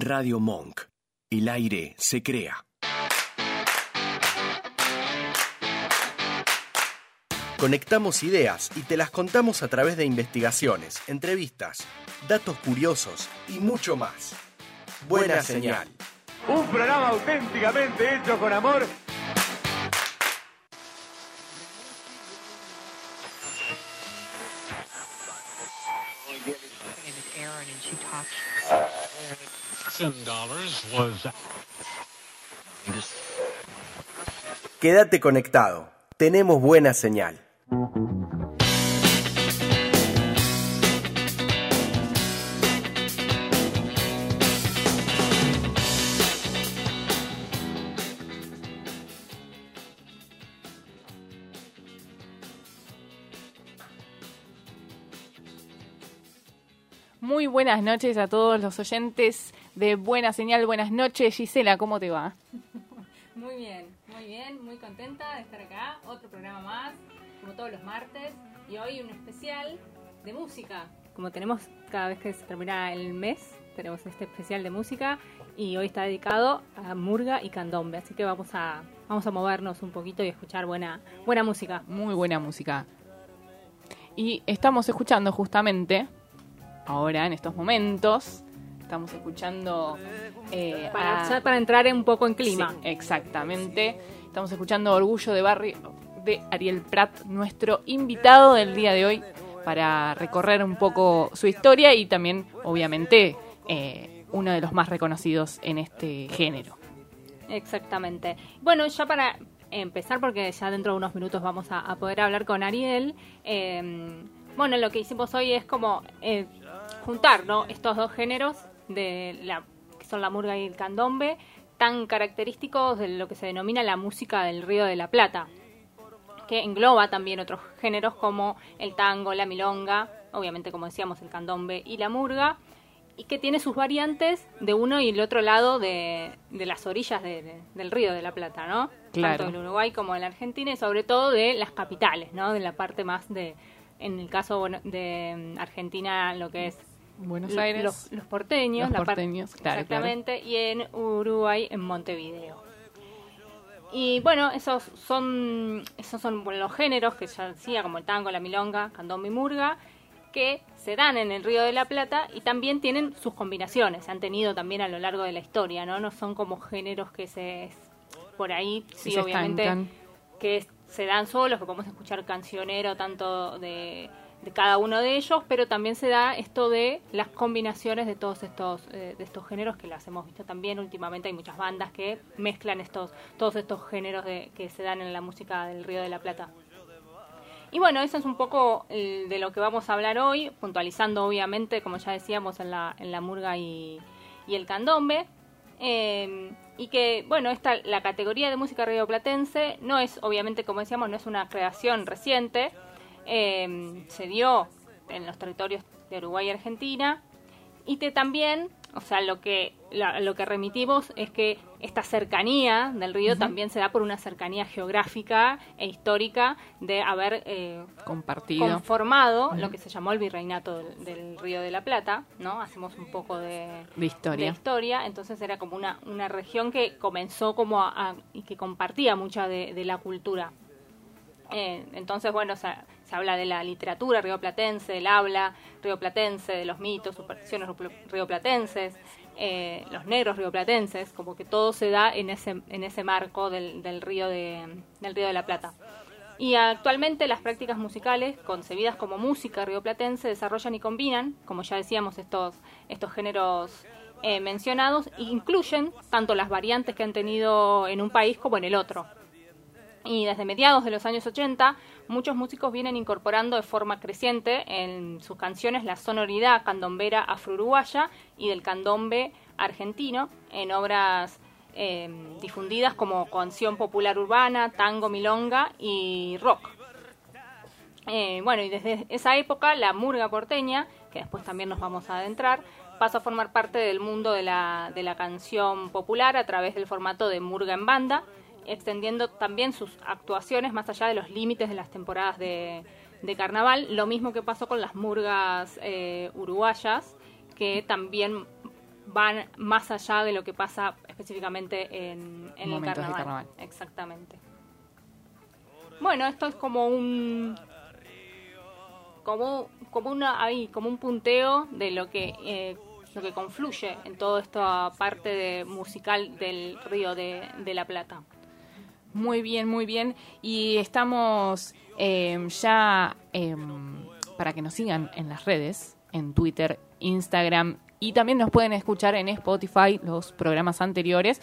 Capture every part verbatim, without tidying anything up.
Radio Monk. El aire se crea. Conectamos ideas y te las contamos a través de investigaciones, entrevistas, datos curiosos y mucho más. Buena señal. Un programa auténticamente hecho con amor. Quédate conectado. Tenemos buena señal. Muy buenas noches a todos los oyentes de Buena Señal. Buenas noches, Gisela, ¿cómo te va? Muy bien, muy bien, muy contenta de estar acá. Otro programa más, como todos los martes. Y hoy un especial de música. Como tenemos cada vez que se termina el mes, tenemos este especial de música. Y hoy está dedicado a murga y candombe. Así que vamos a, vamos a movernos un poquito y escuchar buena, buena música. Muy buena música. Y estamos escuchando justamente, ahora en estos momentos, estamos escuchando... Eh, para, a... ya para entrar un poco en clima. Sí, exactamente. Estamos escuchando Orgullo de Barrio de Ariel Prat, nuestro invitado del día de hoy, para recorrer un poco su historia y también, obviamente, eh, uno de los más reconocidos en este género. Exactamente. Bueno, ya para empezar, porque ya dentro de unos minutos vamos a, a poder hablar con Ariel, eh, bueno, lo que hicimos hoy es como eh, juntar, ¿no?, estos dos géneros de la que son la murga y el candombe, tan característicos de lo que se denomina la música del Río de la Plata, que engloba también otros géneros como el tango, la milonga, obviamente, como decíamos, el candombe y la murga, y que tiene sus variantes de uno y el otro lado de, de las orillas de, de, del Río de la Plata, ¿no? Claro. Tanto en Uruguay como en la Argentina, y sobre todo de las capitales, ¿no? De la parte más de, en el caso bueno, de Argentina, lo que es Buenos Aires, los, los porteños, los la porteños, parte, claro, exactamente, claro. Y en Uruguay, en Montevideo. Y bueno, esos son esos son bueno, los géneros que ya decía, como el tango, la milonga, candombe y murga, que se dan en el Río de la Plata y también tienen sus combinaciones, se han tenido también a lo largo de la historia, ¿no? No son como géneros que se por ahí, sí, sí obviamente, estancan, que se dan solos, que podemos escuchar cancionero tanto de, de cada uno de ellos, pero también se da esto de las combinaciones de todos estos eh, de estos géneros, que las hemos visto también últimamente. Hay muchas bandas que mezclan estos todos estos géneros de, que se dan en la música del Río de la Plata. Y bueno, eso es un poco el, de lo que vamos a hablar hoy, puntualizando obviamente, como ya decíamos, en la, en la murga y, y el candombe. Eh, y que, bueno, esta, la categoría de música rioplatense no es, obviamente, como decíamos, no es una creación reciente. Eh, se dio en los territorios de Uruguay y Argentina. Y que también, o sea, lo que la, lo que remitimos es que esta cercanía del río uh-huh. también se da por una cercanía geográfica e histórica de haber eh, compartido, conformado uh-huh. uh-huh. lo que se llamó el virreinato del, del Río de la Plata, ¿no? Hacemos un poco de, de historia. de historia, entonces era como una, una región que comenzó como a, a, y que compartía mucha de, de la cultura. Eh, entonces, bueno, o sea, se habla de la literatura rioplatense, del habla rioplatense, de los mitos, supersticiones rioplatenses, eh, los negros rioplatenses, como que todo se da en ese en ese marco del, del río de del Río de la Plata. Y actualmente las prácticas musicales, concebidas como música rioplatense, desarrollan y combinan, como ya decíamos, estos estos géneros eh, mencionados, e incluyen tanto las variantes que han tenido en un país como en el otro. Y desde mediados de los años ochenta, muchos músicos vienen incorporando de forma creciente en sus canciones la sonoridad candombera afro-uruguaya y del candombe argentino en obras eh, difundidas como canción popular urbana, tango, milonga y rock. Eh, bueno, y desde esa época la murga porteña, que después también nos vamos a adentrar, pasa a formar parte del mundo de la, de la canción popular a través del formato de murga en banda, extendiendo también sus actuaciones más allá de los límites de las temporadas de, de carnaval, lo mismo que pasó con las murgas eh, uruguayas, que también van más allá de lo que pasa específicamente en, en el carnaval. carnaval. Exactamente. Bueno, esto es como un como como una ahí como un punteo de lo que eh, lo que confluye en toda esta parte de musical del Río de, de la Plata. Muy bien, muy bien. Y estamos eh, ya eh, para que nos sigan en las redes, en Twitter, Instagram, y también nos pueden escuchar en Spotify los programas anteriores.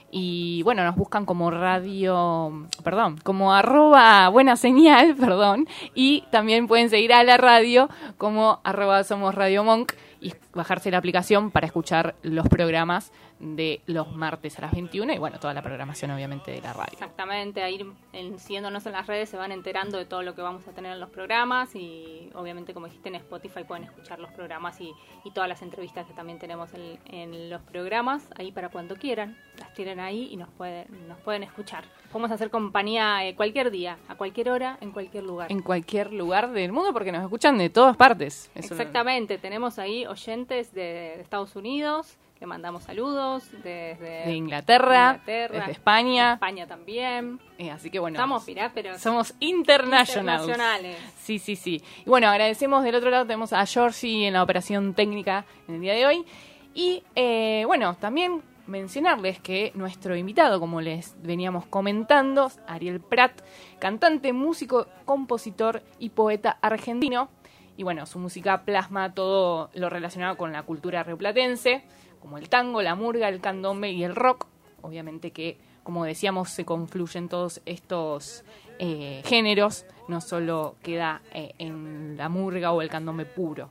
Y bueno, nos buscan como radio, perdón, como arroba buena señal, perdón. Y también pueden seguir a la radio como arroba somos Radio Monk y bajarse la aplicación para escuchar los programas de los martes a las veintiuna y bueno, toda la programación obviamente de la radio. Exactamente, a ir en, siguiéndonos en las redes se van enterando de todo lo que vamos a tener en los programas y obviamente como dijiste en Spotify pueden escuchar los programas y, y todas las entrevistas que también tenemos en, en los programas, ahí para cuando quieran, las tienen ahí y nos pueden, nos pueden escuchar. Podemos hacer compañía eh, cualquier día, a cualquier hora, en cualquier lugar. En cualquier lugar del mundo porque nos escuchan de todas partes. Eso Exactamente, no... tenemos ahí oyentes de, de Estados Unidos, le mandamos saludos desde de Inglaterra, Inglaterra desde España, España también. Eh, así que bueno, estamos, mirá, pero somos internationals. internacionales. Sí, sí, sí. Y bueno, agradecemos del otro lado, tenemos a Georgie en la operación técnica en el día de hoy. Y eh, bueno, también mencionarles que nuestro invitado, como les veníamos comentando, Ariel Prat, cantante, músico, compositor y poeta argentino. Y bueno, su música plasma todo lo relacionado con la cultura rioplatense, como el tango, la murga, el candombe y el rock. Obviamente que, como decíamos, se confluyen todos estos eh, géneros, no solo queda eh, en la murga o el candombe puro.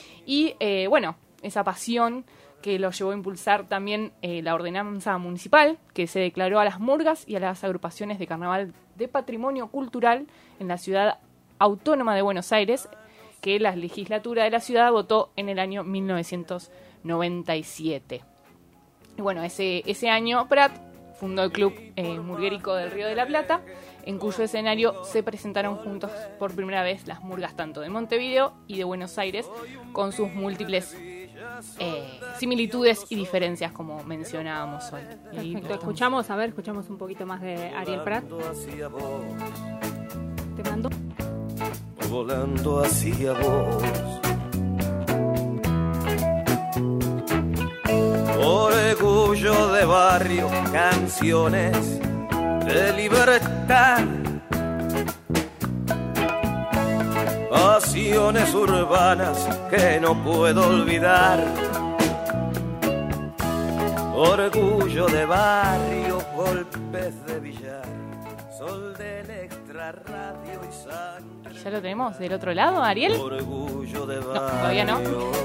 Y eh, bueno, esa pasión que lo llevó a impulsar también eh, la ordenanza municipal, que se declaró a las murgas y a las agrupaciones de carnaval de patrimonio cultural en la ciudad autónoma de Buenos Aires, que la legislatura de la ciudad votó en el año mil novecientos noventa y siete. Y bueno, ese, ese año Prat fundó el Club eh, Murguérico del Río de la Plata, en cuyo escenario se presentaron juntos por primera vez las murgas tanto de Montevideo y de Buenos Aires, con sus múltiples eh, similitudes y diferencias, como mencionábamos hoy. Y perfecto, escuchamos, a ver, escuchamos un poquito más de Ariel Prat. Te mando. Volando hacia vos, orgullo de barrio, canciones de libertad, pasiones urbanas que no puedo olvidar. Orgullo de barrio, golpes de billar, sol del extra radio y sangre. ¿Ya lo tenemos del otro lado, Ariel? Orgullo de barrio, no, todavía no.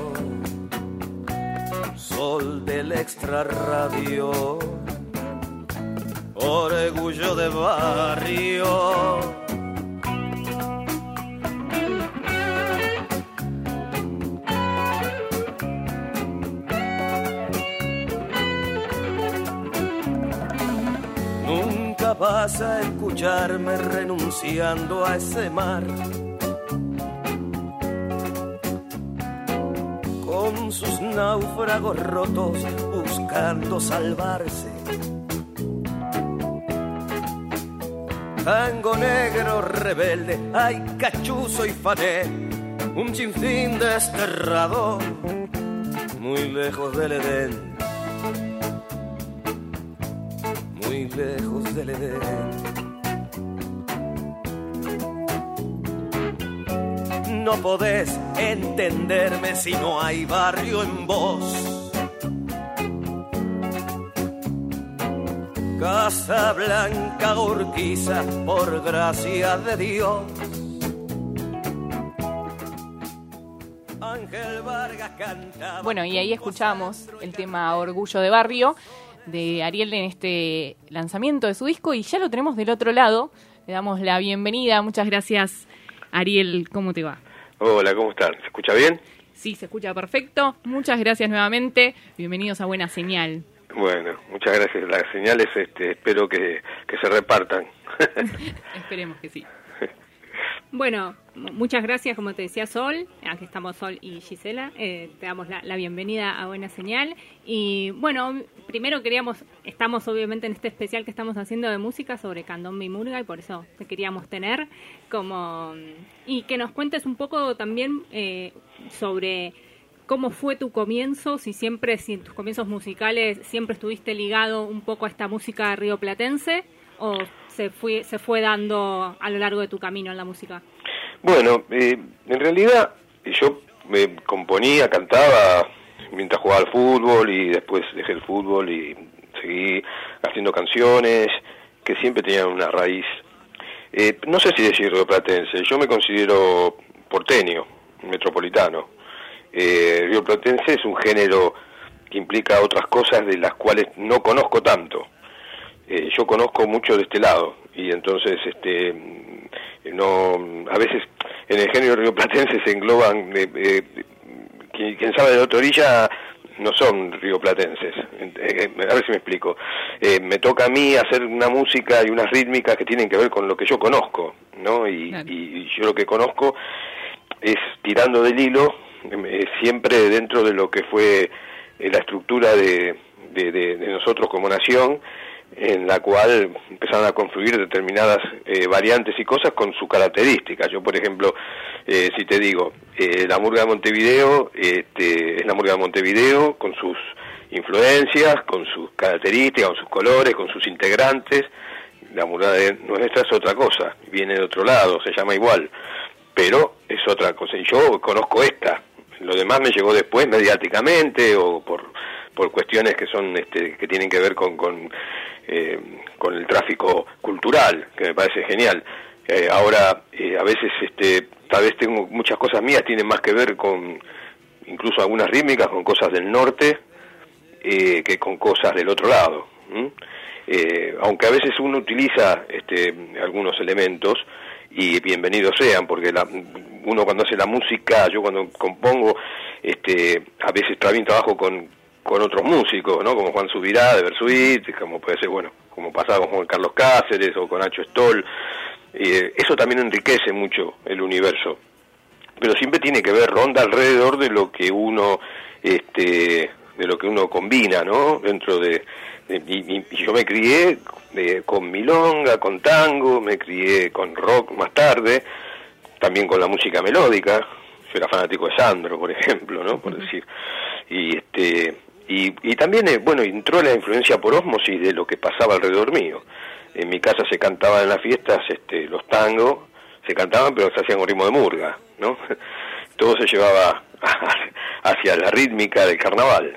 Sol del extra radio, orgullo de barrio. Nunca vas a escucharme renunciando a ese mar, con sus náufragos rotos buscando salvarse. Tango negro rebelde, ay, cachuzo y fané, un chinfín desterrado, muy lejos del Edén, muy lejos del Edén. No podés entenderme si no hay barrio en vos. Casa Blanca, Urquiza, por gracia de Dios. Ángel Vargas cantaba. Bueno, y ahí escuchamos el tema Orgullo de Barrio de Ariel en este lanzamiento de su disco, y ya lo tenemos del otro lado. Le damos la bienvenida. Muchas gracias, Ariel. ¿Cómo te va? Hola, ¿cómo están? ¿Se escucha bien? Sí, se escucha perfecto. Muchas gracias nuevamente. Bienvenidos a Buena Señal. Bueno, muchas gracias. Las señales este, espero que, que se repartan. Esperemos que sí. Bueno, muchas gracias, como te decía Sol, aquí estamos Sol y Gisela, eh, te damos la, la bienvenida a Buena Señal. Y bueno, primero queríamos, estamos obviamente en este especial que estamos haciendo de música sobre candombe y murga, y por eso te queríamos tener como, y que nos cuentes un poco también eh, sobre cómo fue tu comienzo, si siempre, si en tus comienzos musicales siempre estuviste ligado un poco a esta música rioplatense, o se fue se fue dando a lo largo de tu camino en la música. Bueno, eh, en realidad yo me componía, cantaba mientras jugaba al fútbol, y después dejé el fútbol y seguí haciendo canciones que siempre tenían una raíz, eh, no sé si decir rioplatense, yo me considero porteño, metropolitano. Eh, rioplatense es un género que implica otras cosas de las cuales no conozco tanto. Eh, yo conozco mucho de este lado, y entonces este no a veces en el género rioplatense se engloban eh, eh, quien, quien sabe de la otra orilla no son rioplatenses. Eh, a ver si me explico. Eh, me toca a mí hacer una música y unas rítmicas que tienen que ver con lo que yo conozco, ¿no? Y, claro. y, y yo lo que conozco es tirando del hilo, eh, siempre dentro de lo que fue eh, la estructura de, de, de, de nosotros como nación, en la cual empezaron a confluir determinadas eh, variantes y cosas con sus características. Yo, por ejemplo, eh, si te digo, eh, la murga de Montevideo este, es la murga de Montevideo con sus influencias, con sus características, con sus colores, con sus integrantes. La murga de nuestra es otra cosa, viene de otro lado, se llama igual, pero es otra cosa. Y yo conozco esta, lo demás me llegó después mediáticamente o por por cuestiones que son este, que tienen que ver con con, eh, con el tráfico cultural, que me parece genial. Eh, ahora eh, a veces este tal vez tengo muchas cosas mías tienen más que ver con incluso algunas rítmicas con cosas del norte eh, que con cosas del otro lado. ¿Mm? Eh, aunque a veces uno utiliza este algunos elementos, y bienvenidos sean, porque la, uno cuando hace la música, yo cuando compongo, este a veces también trabajo con con otros músicos, ¿no? Como Juan Subirá de Versuit, como puede ser, bueno, como pasaba con Juan Carlos Cáceres o con Nacho Stoll. Eh, eso también enriquece mucho el universo, pero siempre tiene que ver, ronda alrededor de lo que uno este de lo que uno combina, ¿no? Dentro de, de y, y yo me crié de, con milonga, con tango, me crié con rock más tarde, también con la música melódica. Yo era fanático de Sandro, por ejemplo, ¿no? Por decir. Y este y, y también, eh, bueno, entró la influencia por ósmosis de lo que pasaba alrededor mío. En mi casa se cantaban en las fiestas este, los tangos, se cantaban pero se hacían con ritmo de murga, ¿no? Todo se llevaba hacia la rítmica del carnaval.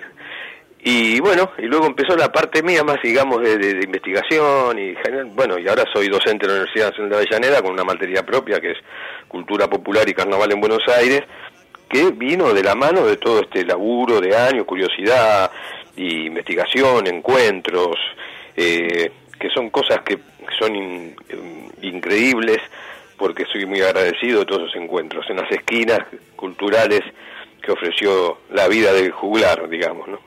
Y bueno, y luego empezó la parte mía más, digamos, de, de, de investigación, y bueno, y ahora soy docente de la Universidad Nacional de Avellaneda con una materia propia que es Cultura Popular y Carnaval en Buenos Aires, que vino de la mano de todo este laburo de años, curiosidad y investigación, encuentros, eh, que son cosas que son in, increíbles, porque soy muy agradecido de todos esos encuentros, en las esquinas culturales que ofreció la vida del juglar, digamos, ¿no?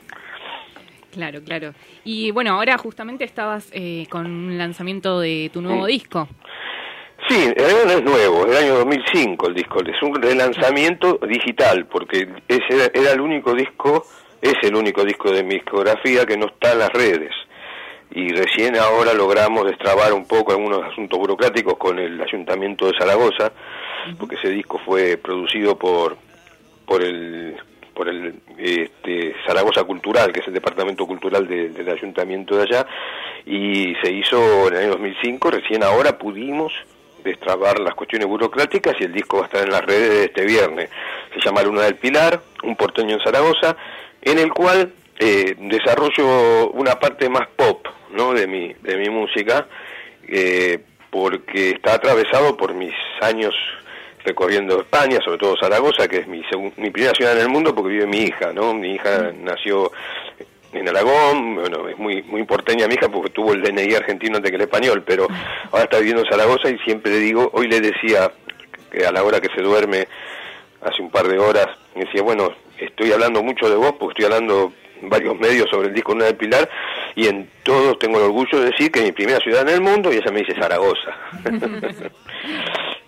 Claro, claro. Y bueno, ahora justamente estabas eh, con un lanzamiento de tu nuevo mm. disco. Sí, en realidad no es nuevo, es del año dos mil cinco el disco, es un relanzamiento digital, porque ese era el único disco, es el único disco de mi discografía que no está en las redes. Y recién ahora logramos destrabar un poco algunos asuntos burocráticos con el Ayuntamiento de Zaragoza, porque ese disco fue producido por por el por el este, Zaragoza Cultural, que es el departamento cultural de, del Ayuntamiento de allá, y se hizo en el año dos mil cinco. Recién ahora pudimos destrabar las cuestiones burocráticas y el disco va a estar en las redes este viernes. Se llama Luna del Pilar, un porteño en Zaragoza, en el cual eh, desarrollo una parte más pop, ¿no? de mi de mi música, eh, porque está atravesado por mis años recorriendo España, sobre todo Zaragoza, que es mi segun, mi primera ciudad en el mundo, porque vive mi hija, ¿no? Mi hija nació en Aragón, bueno, es muy muy porteña mi hija porque tuvo el D N I argentino antes que el español, pero ahora está viviendo en Zaragoza, y siempre le digo, hoy le decía que a la hora que se duerme, hace un par de horas, me decía, bueno, estoy hablando mucho de vos porque estoy hablando en varios medios sobre el disco Luna del Pilar, y en todos tengo el orgullo de decir que es mi primera ciudad en el mundo, y ella me dice Zaragoza.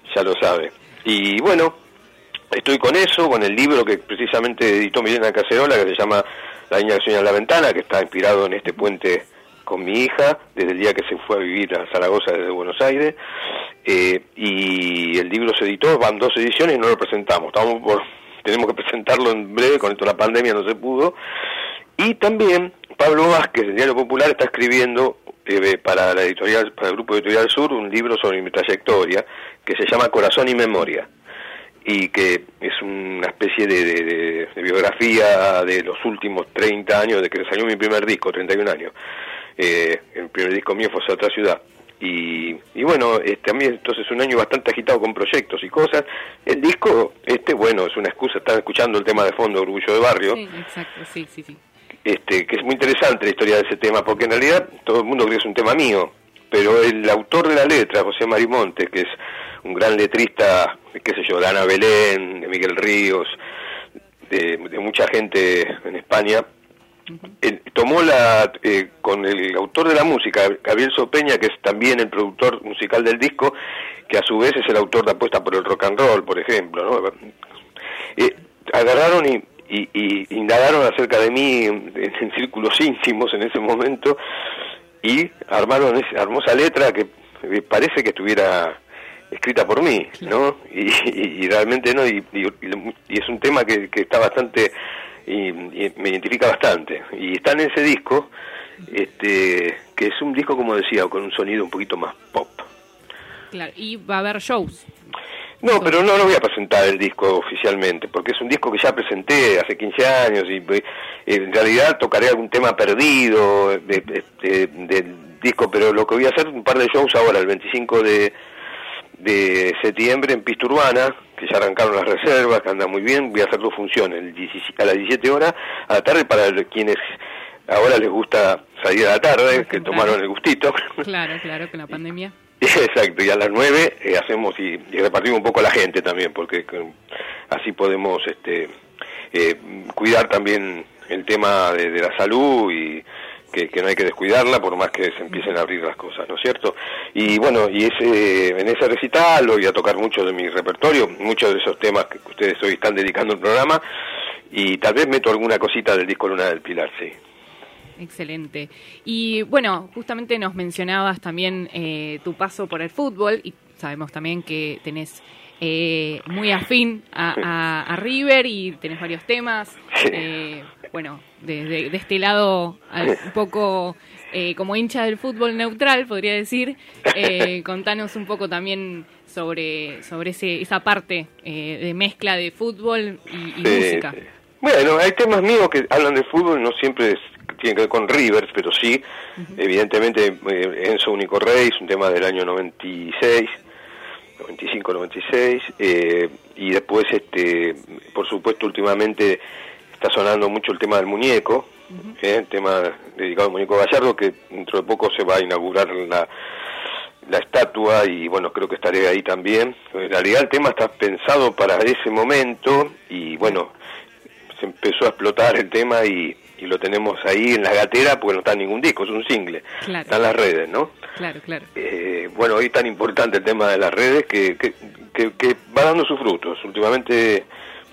ya lo sabe. Y bueno, estoy con eso, con el libro que precisamente editó Milena Cacerola, que se llama La niña que sueña en la ventana, que está inspirado en este puente con mi hija, desde el día que se fue a vivir a Zaragoza desde Buenos Aires, eh, y el libro se editó, van dos ediciones y no lo presentamos, estamos por, tenemos que presentarlo en breve, con esto de la pandemia no se pudo, y también Pablo Vázquez, del Diario Popular, está escribiendo eh, para la editorial, para el Grupo Editorial Sur, un libro sobre mi trayectoria, que se llama Corazón y Memoria, y que es una especie de, de, de, de biografía de los últimos treinta años, de que salió mi primer disco, treinta y un años. Eh, el primer disco mío fue Otra Ciudad. Y, y bueno, este, a mí entonces es un año bastante agitado con proyectos y cosas. El disco, este bueno, es una excusa, están escuchando el tema de fondo, Orgullo de Barrio. Sí, exacto, sí, sí, sí. Este, que es muy interesante la historia de ese tema, porque en realidad todo el mundo cree que es un tema mío, pero el autor de la letra, José Marimonte, que es un gran letrista, qué sé yo, de Ana Belén, de Miguel Ríos, de, de mucha gente en España, uh-huh. él tomó la, eh, con el autor de la música, Gabriel Sopeña, que es también el productor musical del disco, que a su vez es el autor de Apuesta por el Rock and Roll, por ejemplo, ¿no? Eh, agarraron y, y, y indagaron acerca de mí en, en círculos íntimos en ese momento, y armaron esa hermosa letra que parece que estuviera escrita por mí, ¿no? Y, y, y realmente no, y, y, y es un tema que, que está bastante, y, y me identifica bastante. Y está en ese disco, este, que es un disco, como decía, con un sonido un poquito más pop. Claro, y va a haber shows. No, pero no lo voy a presentar el disco oficialmente, porque es un disco que ya presenté hace quince años y eh, en realidad tocaré algún tema perdido de, de, de, del disco, pero lo que voy a hacer un par de shows ahora, el veinticinco de septiembre en Pista Urbana, que ya arrancaron las reservas, que anda muy bien, voy a hacer dos funciones, el a las diecisiete horas a la tarde para quienes ahora les gusta salir a la tarde, que tomaron el gustito. Claro, claro, con la pandemia. Exacto, y a las nueve eh, hacemos y, y repartimos un poco a la gente también, porque que, así podemos este eh, cuidar también el tema de, de la salud y que, que no hay que descuidarla por más que se empiecen a abrir las cosas, ¿no es cierto? Y bueno, y ese en ese recital voy a tocar mucho de mi repertorio, muchos de esos temas que ustedes hoy están dedicando al programa, y tal vez meto alguna cosita del disco Luna del Pilar, sí. Excelente. Y bueno, justamente nos mencionabas también eh, tu paso por el fútbol, y sabemos también que tenés eh, muy afín a, a, a River y tenés varios temas. Eh, bueno, desde de, de este lado, un poco eh, como hincha del fútbol neutral, podría decir, eh, contanos un poco también sobre, sobre ese, esa parte eh, de mezcla de fútbol y, y sí, música. Sí. Bueno, hay temas míos que hablan de fútbol, no siempre es, tienen que ver con Rivers, pero sí, uh-huh. evidentemente eh, Enzo Único Rey es un tema del año noventa y seis, noventa y cinco, noventa y seis, eh, y después, este, por supuesto, últimamente está sonando mucho el tema del muñeco, uh-huh. eh, el tema dedicado al muñeco Gallardo, que dentro de poco se va a inaugurar la, la estatua, y bueno, creo que estaré ahí también. En realidad el tema está pensado para ese momento, y bueno, se empezó a explotar el tema y, y lo tenemos ahí en la gatera porque no está en ningún disco, es un single, claro. Está en las redes, ¿no? Claro, claro. Eh, bueno, hoy es tan importante el tema de las redes que, que, que, que va dando sus frutos. Últimamente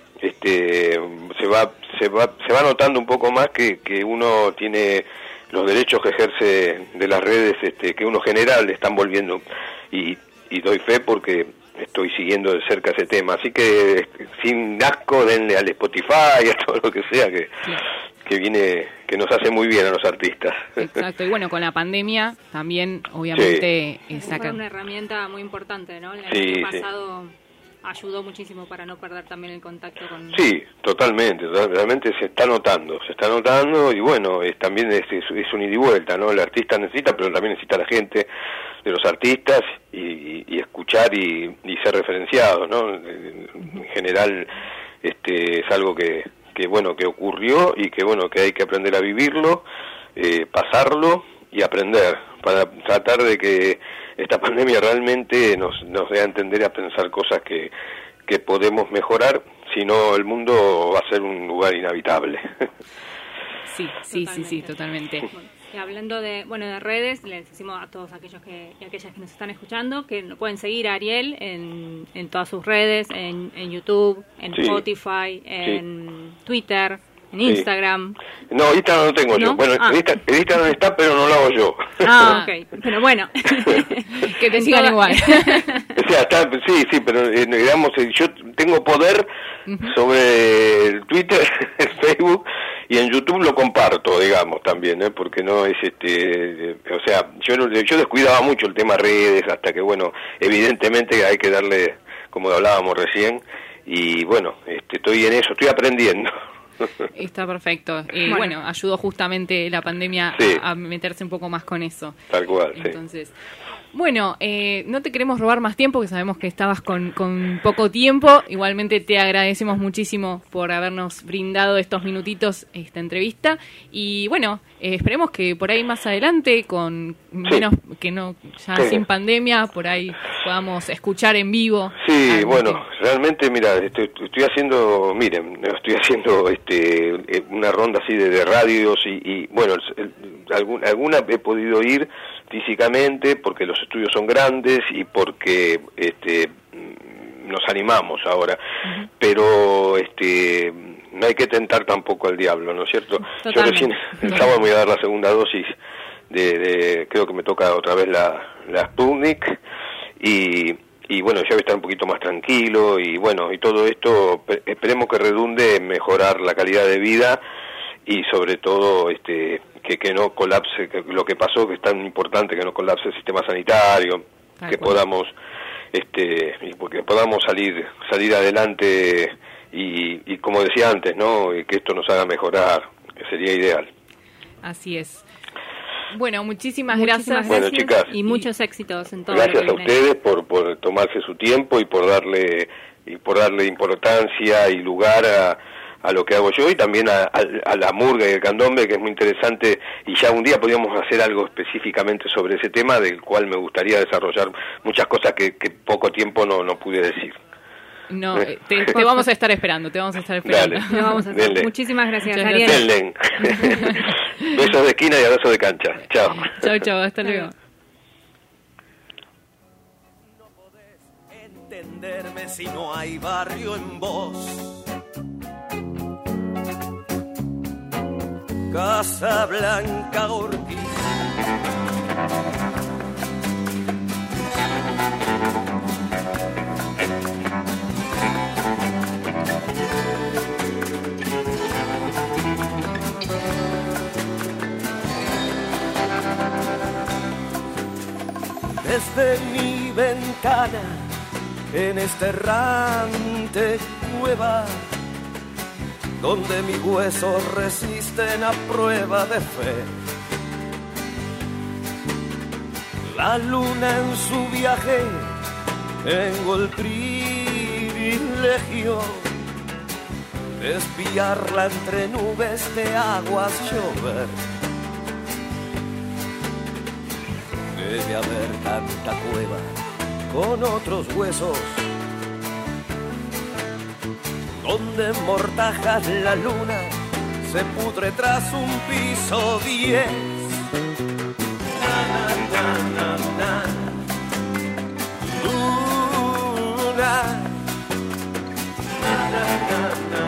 este se va se va se va notando un poco más que, que uno tiene los derechos que ejerce de las redes, este que uno genera, le están volviendo, y, y doy fe porque estoy siguiendo de cerca ese tema, así que sin asco denle al Spotify y a todo lo que sea que, claro. que viene, que nos hace muy bien a los artistas. Exacto, y bueno, con la pandemia también obviamente sí. sacan... Fue una herramienta muy importante, ¿no? El sí, año pasado sí. ayudó muchísimo para no perder también el contacto con... Sí, totalmente, realmente se está notando, se está notando, y bueno, es, también es, es, es un ida y vuelta, ¿no? El artista necesita, pero también necesita la gente de los artistas, y, y, y escuchar y, y ser referenciado, ¿no? En general este es algo que, que bueno, que ocurrió y que bueno, que hay que aprender a vivirlo, eh, pasarlo y aprender, para tratar de que esta pandemia realmente nos, nos dé a entender y a pensar cosas que, que podemos mejorar, si no el mundo va a ser un lugar inhabitable. Sí, sí, sí, sí, totalmente. Bueno, y hablando de, bueno, de redes, les decimos a todos aquellos que, y aquellas que nos están escuchando que pueden seguir a Ariel en, en todas sus redes, en, en YouTube, en Sí. Spotify, en Sí. Twitter, en Sí. Instagram. No, Instagram no tengo ¿No? yo. Bueno, Ah. en Insta- en Instagram está, pero no lo hago yo. Ah, ok. Pero bueno. Que te En sigan toda- igual. O sea, está, sí, sí, pero eh, digamos, eh, yo tengo poder sobre el Twitter, el Facebook, y en YouTube lo comparto, digamos, también, ¿eh? Porque no es, este, eh, o sea, yo no- yo descuidaba mucho el tema redes, hasta que, bueno, evidentemente hay que darle, como hablábamos recién, y bueno, este, estoy en eso, estoy aprendiendo. Está perfecto. Eh, Bueno. bueno. ayudó justamente la pandemia Sí. a, a meterse un poco más con eso. Tal cual, sí. Entonces, bueno, eh, no te queremos robar más tiempo, que sabemos que estabas con, con poco tiempo. Igualmente te agradecemos muchísimo por habernos brindado estos minutitos esta entrevista. Y bueno, eh, esperemos que por ahí más adelante, con menos que no ya Sí. sin pandemia, por ahí podamos escuchar en vivo. Sí, algo bueno, que- realmente, mira, estoy, estoy haciendo, miren, estoy haciendo este eh, una ronda así de, de radios y, y bueno, el- el- algún- alguna he podido ir físicamente porque los estudios son grandes y porque este mm, nos animamos ahora, pero este no hay que tentar tampoco al diablo, ¿no es cierto? Yo Totalmente. recién el sábado me voy a dar la segunda dosis de, de creo que me toca otra vez la, la Sputnik y y bueno, ya voy a estar un poquito más tranquilo y bueno, y todo esto pe- esperemos que redunde en mejorar la calidad de vida y sobre todo este que, que no colapse, que lo que pasó, que es tan importante que no colapse el sistema sanitario, Tal que cual. podamos este y porque podamos salir salir adelante y, y como decía antes, ¿no? Y que esto nos haga mejorar, que sería ideal. Así es. Bueno, muchísimas, Muchísimas gracias. Bueno, chicas. Y muchos éxitos en todo Gracias lo a que viene. ustedes por, por tomarse su tiempo y por darle y por darle importancia y lugar a, a lo que hago yo y también a, a, a la murga y el candombe, que es muy interesante, y ya un día podríamos hacer algo específicamente sobre ese tema, del cual me gustaría desarrollar muchas cosas que, que poco tiempo no, no pude decir. No, eh, te, te vamos a estar esperando, te vamos a estar esperando. Dale. Lo vamos a hacer. Denle. Muchísimas gracias, Muchas Ariel. Denle. Besos de esquina y abrazos de cancha. Chao. Chau, chau, hasta luego. Entenderme si no hay barrio en vos. Casa Blanca Ortiz. Desde mi ventana en esta errante cueva, donde mis huesos resisten a prueba de fe. La luna en su viaje tengo el privilegio de espiarla entre nubes de aguas llover. Debe haber tanta cueva con otros huesos, donde en mortajas la luna se pudre tras un piso diez. Na, na, na, na, na. Luna. Na, na, na, na,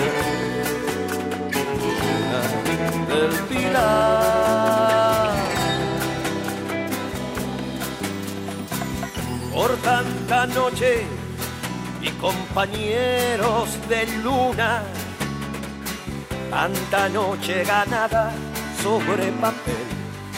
na. Luna del Pilar. Por tanta noche y compañeros de luna, tanta noche ganada sobre papel.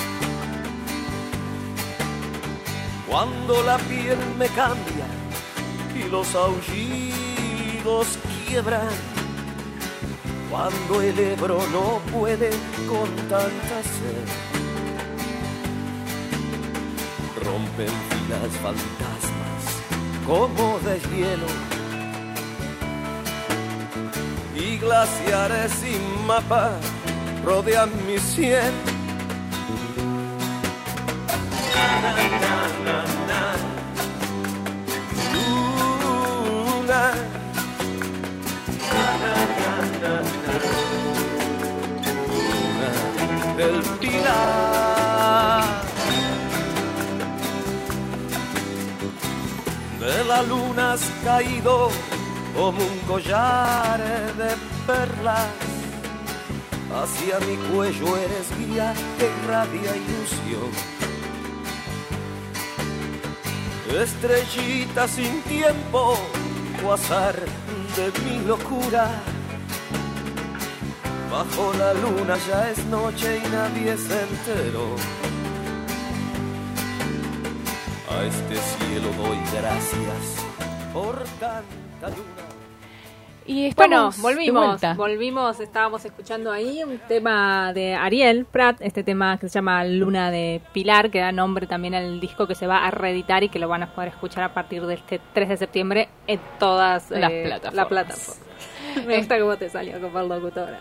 Cuando la piel me cambia y los aullidos quiebran, cuando el Ebro no puede con tanta sed, rompen filas fantasmas como de hielo y glaciares sin mapa rodean mi sien. Na, na, na, na. Luna. Na, na, na, na, na. del Pilar. De la luna has caído como un collar de perlas. Hacia mi cuello eres guía que irradia ilusión. Estrellita sin tiempo, o azar de mi locura. Bajo la luna ya es noche y nadie se enteró. A este cielo doy gracias por tanta luna. Y Bueno, estamos volvimos, de vuelta. volvimos, estábamos escuchando ahí un tema de Ariel Prat, este tema que se llama Luna de Pilar, que da nombre también al disco que se va a reeditar y que lo van a poder escuchar a partir de este tres de septiembre en todas Las eh, plataformas. la plataforma. Me gusta cómo te salió como locutora.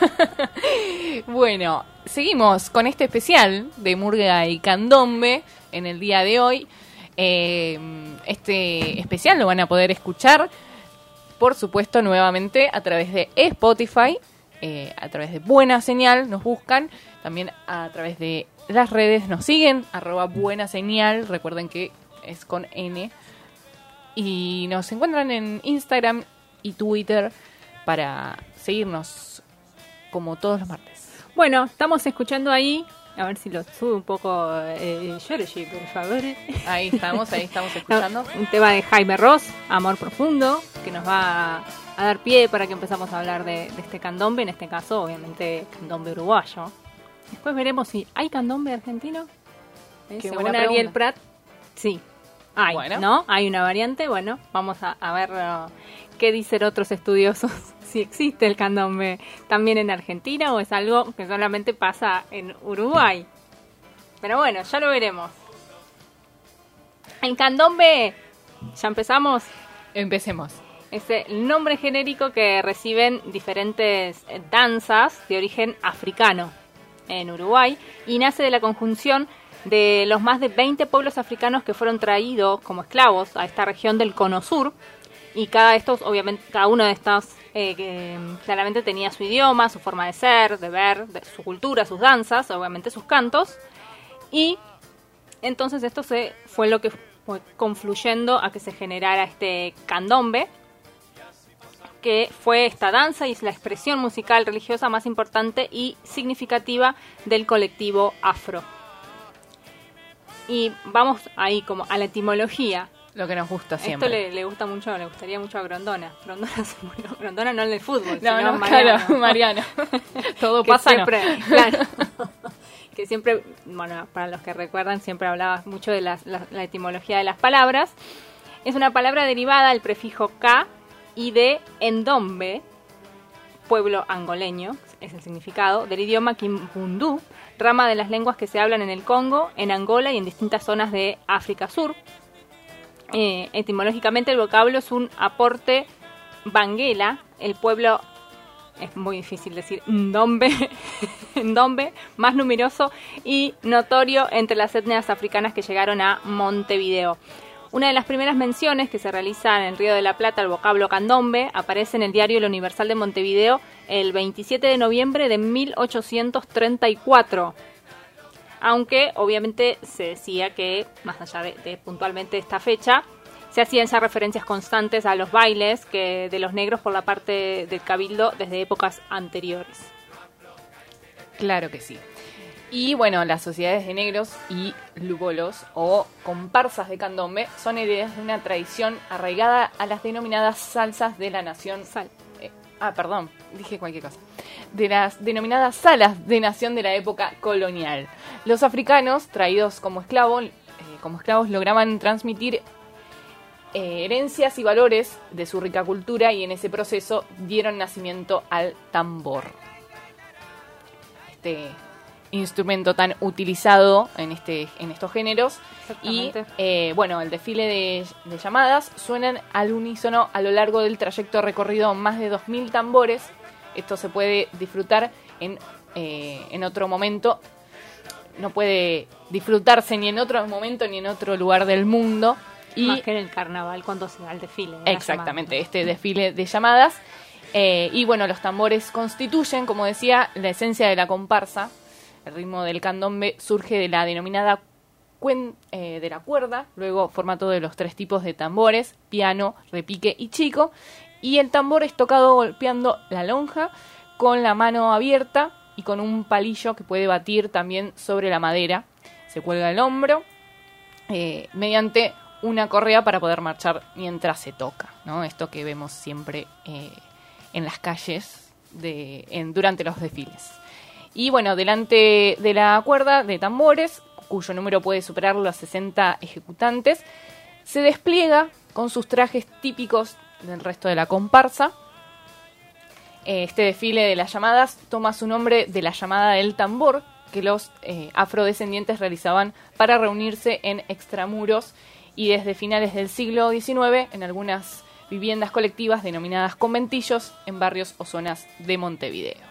Bueno, seguimos con este especial de Murga y Candombe en el día de hoy. Eh, este especial lo van a poder escuchar, por supuesto, nuevamente a través de Spotify, eh, a través de Buena Señal, nos buscan, también a través de las redes nos siguen, arroba Buena Señal, recuerden que es con N, y nos encuentran en Instagram y Twitter para seguirnos como todos los martes. Bueno, estamos escuchando ahí, a ver si lo sube un poco, eh, Georgie, por favor. Ahí estamos, ahí estamos escuchando. Un tema de Jaime Ross, Amor Profundo, que nos va a, a dar pie para que empezamos a hablar de, de este candombe, en este caso, obviamente, candombe uruguayo. Después veremos si hay candombe argentino. ¿Eh? Qué Según buena Ariel pregunta. Prat, sí. Hay, Bueno. ¿no? Hay una variante. Bueno, vamos a, a ver uh, qué dicen otros estudiosos. Si existe el candombe también en Argentina o es algo que solamente pasa en Uruguay. Pero bueno, ya lo veremos. El candombe, ya empezamos, Empecemos. es el nombre genérico que reciben diferentes eh, danzas de origen africano en Uruguay y nace de la conjunción de los más de veinte pueblos africanos que fueron traídos como esclavos a esta región del Cono Sur. Y cada estos, obviamente, cada uno de estos eh, que, claramente tenía su idioma, su forma de ser, de ver, de su cultura, sus danzas, obviamente sus cantos. Y entonces esto se fue lo que fue confluyendo a que se generara este candombe, que fue esta danza y es la expresión musical religiosa más importante y significativa del colectivo afro. Y vamos ahí como a la etimología. Lo que nos gusta siempre. Esto le, le gusta mucho, le gustaría mucho a Grondona. Grondona se murió. Grondona no el del fútbol, No, sino no, Mariano. claro, Mariano. Todo Que pasa, siempre, claro, que siempre, bueno, para los que recuerdan, siempre hablaba mucho de las- la, la etimología de las palabras. Es una palabra derivada del prefijo ka y de endombe, pueblo angoleño, es el significado, del idioma kimbundu, rama de las lenguas que se hablan en el Congo, en Angola y en distintas zonas de África Sur. Eh, etimológicamente el vocablo es un aporte banguela, el pueblo, es muy difícil decir, ndombe, ndombe, más numeroso y notorio entre las etnias africanas que llegaron a Montevideo. Una de las primeras menciones que se realiza en el Río de la Plata al vocablo candombe aparece en el diario El Universal de Montevideo el veintisiete de noviembre de mil ochocientos treinta y cuatro. Aunque obviamente se decía que, más allá de, de puntualmente esta fecha, se hacían ya referencias constantes a los bailes que de los negros por la parte del cabildo desde épocas anteriores. Claro que sí. Y bueno, las sociedades de negros y lugolos o comparsas de candombe son herederas de una tradición arraigada a las denominadas salsas de la nación. Sal. Eh, ah, perdón, dije cualquier cosa. De las denominadas salas de nación de la época colonial. Los africanos, traídos como esclavos, eh, como esclavos lograban transmitir eh, herencias y valores de su rica cultura y en ese proceso dieron nacimiento al tambor. Este instrumento tan utilizado en este en estos géneros y Exactamente. eh, bueno, el desfile de, de llamadas suenan al unísono a lo largo del trayecto recorrido más de dos mil tambores. Esto se puede disfrutar en, eh, en otro momento, no puede disfrutarse ni en otro momento ni en otro lugar del mundo. Y Más que en el carnaval cuando se da el desfile. de la exactamente, llamada. este desfile de llamadas. Eh, y bueno, los tambores constituyen, como decía, la esencia de la comparsa. El ritmo del candombe surge de la denominada cuen, eh, de la cuerda, luego formato de los tres tipos de tambores, piano, repique y chico, y el tambor es tocado golpeando la lonja con la mano abierta y con un palillo que puede batir también sobre la madera. Se cuelga el hombro eh, mediante una correa para poder marchar mientras se toca, ¿no? Esto que vemos siempre eh, en las calles de, en, durante los desfiles. Y bueno, delante de la cuerda de tambores, cuyo número puede superar los sesenta ejecutantes, se despliega con sus trajes típicos del resto de la comparsa. Este desfile de las llamadas toma su nombre de la llamada del tambor que los eh, afrodescendientes realizaban para reunirse en extramuros y desde finales del siglo diecinueve en algunas viviendas colectivas denominadas conventillos en barrios o zonas de Montevideo.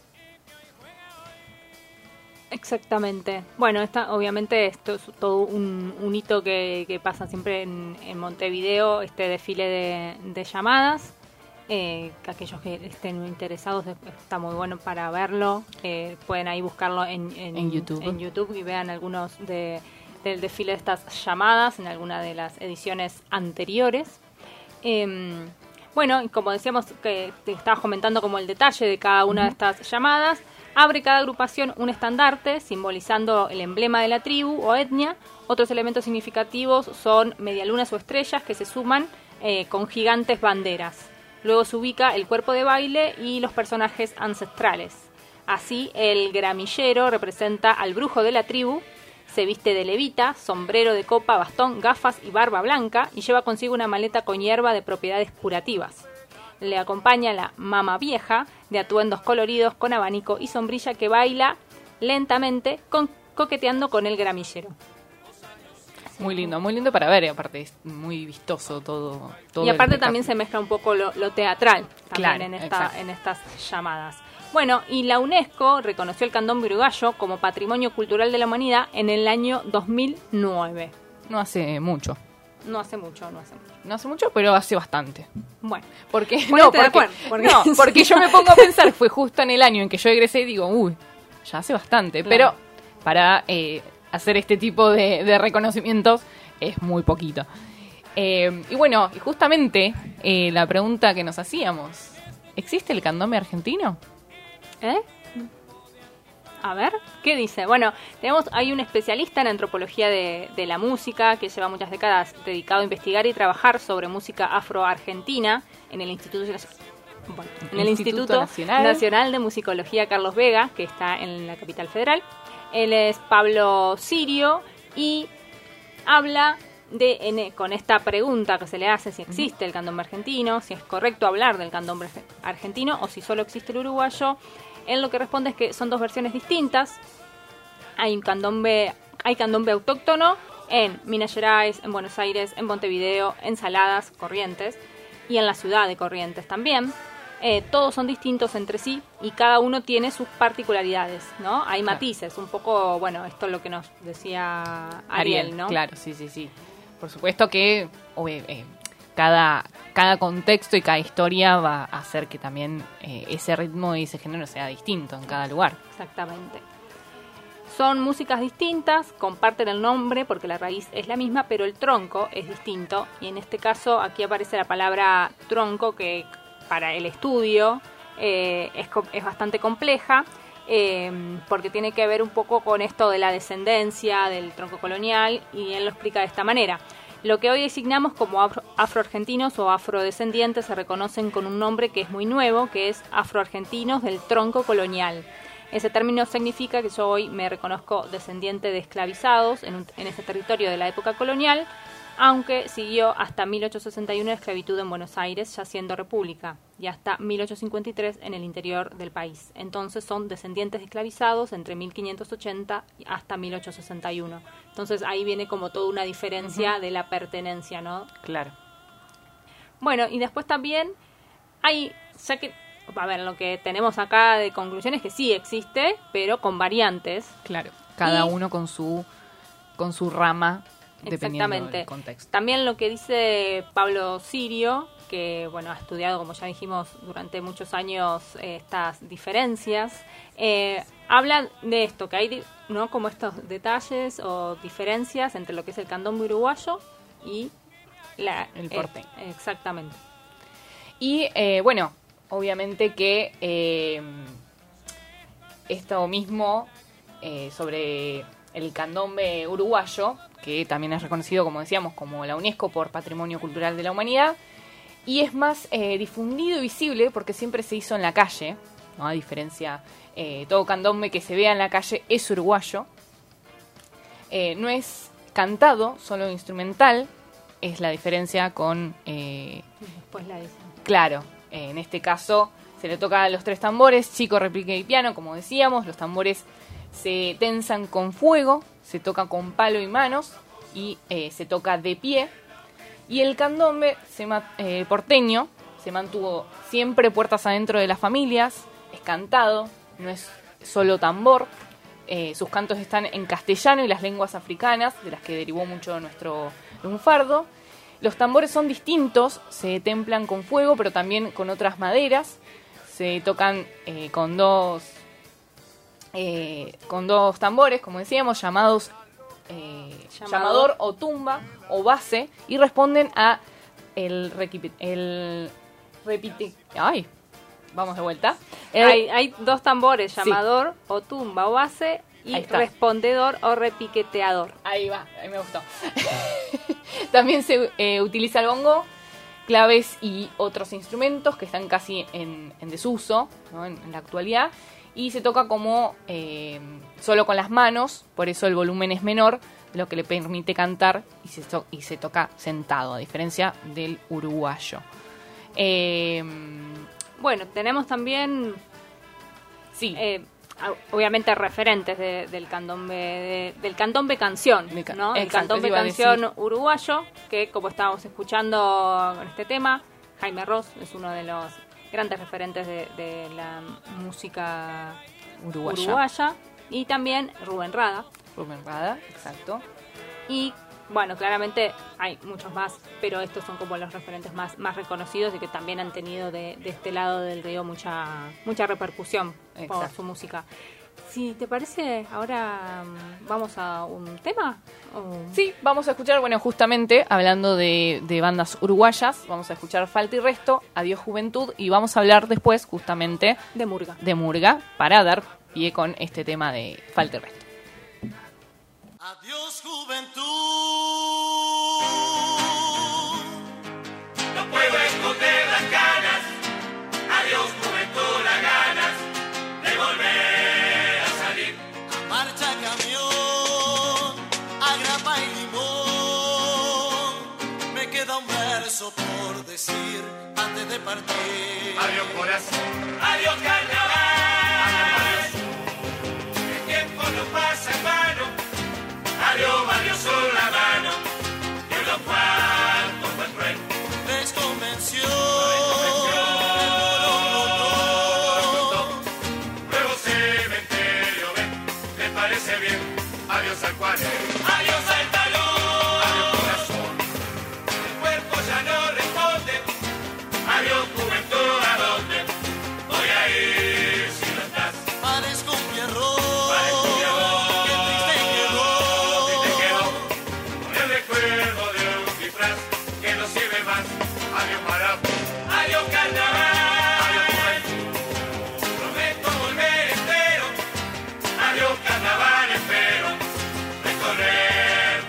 Exactamente. Bueno, esta, obviamente esto es todo un, un hito que, que pasa siempre en, en Montevideo, este desfile de, de llamadas. Eh, que aquellos que estén interesados, está muy bueno para verlo. Eh, pueden ahí buscarlo en, en, en, YouTube. en YouTube y vean algunos de, del desfile de estas llamadas en alguna de las ediciones anteriores. Eh, bueno, y como decíamos, que te estaba comentando como el detalle de cada una uh-huh. de estas llamadas. Abre cada agrupación un estandarte simbolizando el emblema de la tribu o etnia. Otros elementos significativos son medialunas o estrellas que se suman eh, con gigantes banderas. Luego se ubica el cuerpo de baile y los personajes ancestrales. Así, el gramillero representa al brujo de la tribu, se viste de levita, sombrero de copa, bastón, gafas y barba blanca y lleva consigo una maleta con hierba de propiedades curativas. Le acompaña la mama vieja, de atuendos coloridos con abanico y sombrilla que baila lentamente con, coqueteando con el gramillero. Muy lindo, muy lindo para ver, y aparte es muy vistoso todo. todo y aparte también se mezcla un poco lo, lo teatral también claro, en, esta, en estas llamadas. Bueno, y la UNESCO reconoció el candombe uruguayo como Patrimonio Cultural de la Humanidad en el año dos mil nueve. No hace mucho. No hace mucho, no hace mucho. No hace mucho, pero hace bastante. Bueno. Porque, no, porque, acuerdo, porque, no, porque yo me pongo a pensar, fue justo en el año en que yo egresé y digo, uy, ya hace bastante. Claro. Pero para eh, hacer este tipo de, de reconocimientos es muy poquito. Eh, y bueno, y justamente eh, la pregunta que nos hacíamos, ¿existe el candombe argentino? ¿Eh? A ver, ¿qué dice? Bueno, tenemos hay un especialista en antropología de, de la música que lleva muchas décadas dedicado a investigar y trabajar sobre música afro-argentina en el Instituto, bueno, en el Instituto, Instituto Nacional. Nacional de Musicología Carlos Vega, que está en la capital federal. Él es Pablo Sirio y habla de en, con esta pregunta que se le hace si existe el candombe argentino, si es correcto hablar del candombe argentino o si solo existe el uruguayo. Él lo que responde es que son dos versiones distintas. Hay un candombe, hay candombe autóctono en Minas Gerais, en Buenos Aires, en Montevideo, en Saladas, Corrientes y en la ciudad de Corrientes también. Eh, todos son distintos entre sí y cada uno tiene sus particularidades, ¿no? Hay matices, un poco, bueno, esto es lo que nos decía Ariel, Ariel, ¿no? Claro, sí, sí, sí. Por supuesto que eh, eh, cada, cada contexto y cada historia va a hacer que también eh, ese ritmo y ese género sea distinto en cada lugar. Exactamente. Son músicas distintas, comparten el nombre porque la raíz es la misma, pero el tronco es distinto. Y en este caso aquí aparece la palabra tronco que para el estudio eh, es, es bastante compleja. Eh, porque tiene que ver un poco con esto de la descendencia del tronco colonial y él lo explica de esta manera. Lo que hoy designamos como afro, afroargentinos o afrodescendientes se reconocen con un nombre que es muy nuevo, que es afroargentinos del tronco colonial. Ese término significa que yo hoy me reconozco descendiente de esclavizados en, un, en este territorio de la época colonial, aunque siguió hasta mil ochocientos sesenta y uno la esclavitud en Buenos Aires, ya siendo república, y hasta mil ochocientos cincuenta y tres en el interior del país. Entonces son descendientes de esclavizados entre mil quinientos ochenta hasta mil ochocientos sesenta y uno. Entonces ahí viene como toda una diferencia uh-huh. de la pertenencia, ¿no? Claro. Bueno, y después también hay, ya que, a ver, lo que tenemos acá de conclusión es que sí existe, pero con variantes. Claro, cada y, uno con su, con su rama dependiendo del contexto. También lo que dice Pablo Sirio, que bueno ha estudiado, como ya dijimos, durante muchos años eh, estas diferencias, eh, habla de esto, que hay no como estos detalles o diferencias entre lo que es el candombe uruguayo y la, el porteño. Eh, exactamente. Y eh, bueno, obviamente que eh, esto mismo eh, sobre el candombe uruguayo, que también es reconocido, como decíamos, como la UNESCO por Patrimonio Cultural de la Humanidad, y es más eh, difundido y visible porque siempre se hizo en la calle, ¿no? A diferencia, eh, todo candombe que se vea en la calle es uruguayo. Eh, no es cantado, solo instrumental, es la diferencia con... Eh, Después la dicen. Claro, eh, en este caso se le toca a los tres tambores, chico, repique y piano, como decíamos. Los tambores se tensan con fuego, se toca con palo y manos y eh, se toca de pie. Y el candombe se ma- eh, porteño se mantuvo siempre puertas adentro de las familias, es cantado, no es solo tambor. Eh, sus cantos están en castellano y las lenguas africanas, de las que derivó mucho nuestro lunfardo. Los tambores son distintos, se templan con fuego, pero también con otras maderas. Se tocan eh, con dos eh, con dos tambores, como decíamos, llamados eh, Llamador. llamador o tumba o base, y responden a el, requipi- el repite... Ay, vamos de vuelta. El- Hay, hay dos tambores, Sí. llamador o tumba o base y Ahí está. respondedor o repiqueteador. Ahí va, ahí me gustó. También se eh, utiliza el bongo, claves y otros instrumentos que están casi en, en desuso, ¿no? en, en la actualidad. Y se toca como eh, solo con las manos, por eso el volumen es menor, lo que le permite cantar y se, to- y se toca sentado, a diferencia del uruguayo. Eh, Bueno, tenemos también, sí, eh, a- obviamente, referentes de- del candombe de- del candombe canción, De ca- ¿no? El exacto, candombe te iba a canción decir. uruguayo, que como estábamos escuchando en este tema, Jaime Ross es uno de los grandes referentes de, de la música uruguaya. uruguaya, y también Rubén Rada. Rubén Rada, exacto. Y bueno, claramente hay muchos más, pero estos son como los referentes más, más reconocidos y que también han tenido de, de este lado del río mucha mucha repercusión por Exacto. su música. Si te parece, ahora mm, vamos a un tema. ¿O? Sí, vamos a escuchar, bueno, justamente hablando de, de bandas uruguayas, vamos a escuchar Falta y Resto, Adiós Juventud, y vamos a hablar después justamente De Murga. de Murga para dar pie con este tema de Falta y Resto. Adiós juventud, no puedo esconder las ganas. Adiós juventud, las ganas de volver a salir. A marcha camión, a grapa y limón. Me queda un verso por decir antes de partir. Adiós corazón, adiós carnaval. El tiempo no pasa en vano. Adiós, valioso la mano, y unos cuantos fue cruel. Les convenció, el molón. Nuevo cementerio, ven, ¿te parece bien? Adiós al cual, adiós al talón. Adiós corazón, el cuerpo ya no responde. Adiós juventud, ¿a dónde voy a ir si no estás? Parezco un pierrot. Adiós marapo, adiós carnaval, adiós juventud, prometo volver entero, adiós carnaval espero, recorrer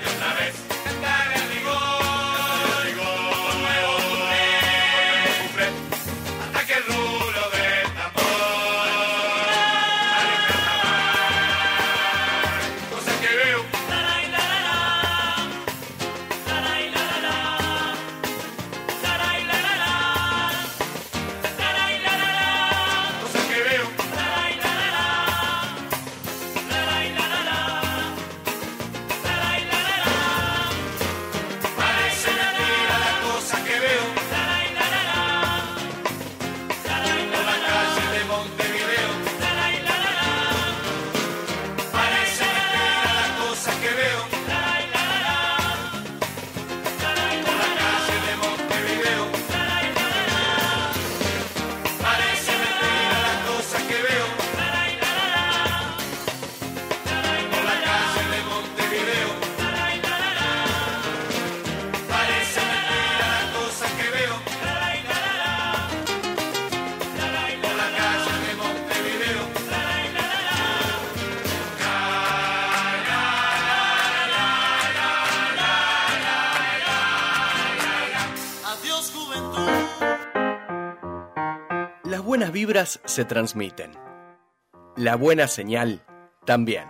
buenas vibras se transmiten. La buena señal también.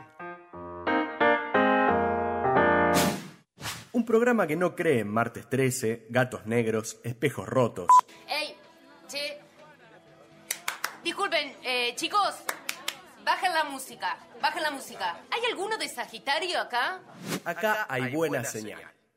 Un programa que no cree en martes trece, gatos negros, espejos rotos. ¡Ey! Che. Disculpen, eh, chicos. Bajen la música, bajen la música. ¿Hay alguno de Sagitario acá? Acá hay buena señal.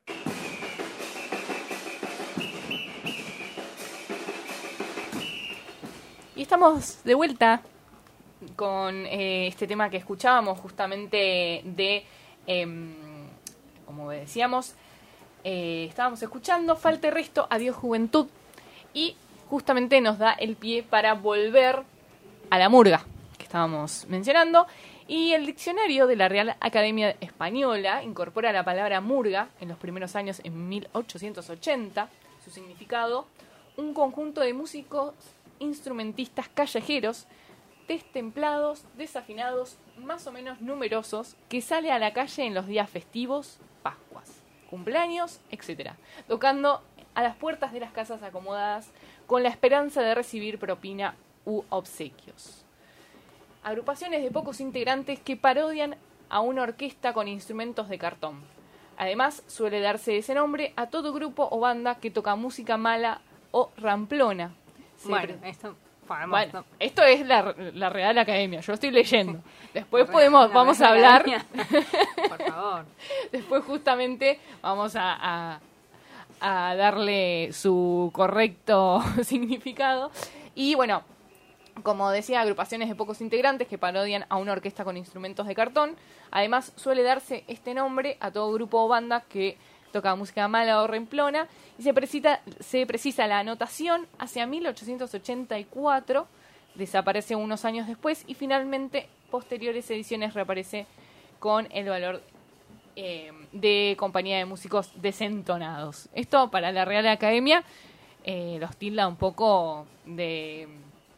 Y estamos de vuelta con eh, este tema que escuchábamos justamente de, eh, como decíamos, eh, estábamos escuchando Falta y Resto, Adiós Juventud, y justamente nos da el pie para volver a la murga que estábamos mencionando. Y el diccionario de la Real Academia Española incorpora la palabra murga en los primeros años en mil ochocientos ochenta. Su significado: un conjunto de músicos instrumentistas callejeros, destemplados, desafinados, más o menos numerosos, que sale a la calle en los días festivos, Pascuas, cumpleaños, etcétera, tocando a las puertas de las casas acomodadas con la esperanza de recibir propina u obsequios. Agrupaciones de pocos integrantes que parodian a una orquesta con instrumentos de cartón. Además, suele darse ese nombre a todo grupo o banda que toca música mala o ramplona. Se Bueno, pre- esto podemos... Bueno, esto es la, la Real Academia, yo estoy leyendo. Después La podemos, Real vamos a hablar, Academia. Por favor. después justamente vamos a, a, a darle su correcto significado. Y bueno, como decía, agrupaciones de pocos integrantes que parodian a una orquesta con instrumentos de cartón. Además, suele darse este nombre a todo grupo o banda que toca música mala o remplona, y se precisa, se precisa la anotación hacia mil ochocientos ochenta y cuatro, desaparece unos años después, y finalmente, posteriores ediciones, reaparece con el valor eh, de compañía de músicos desentonados. Esto para la Real Academia eh, los tilda un poco de,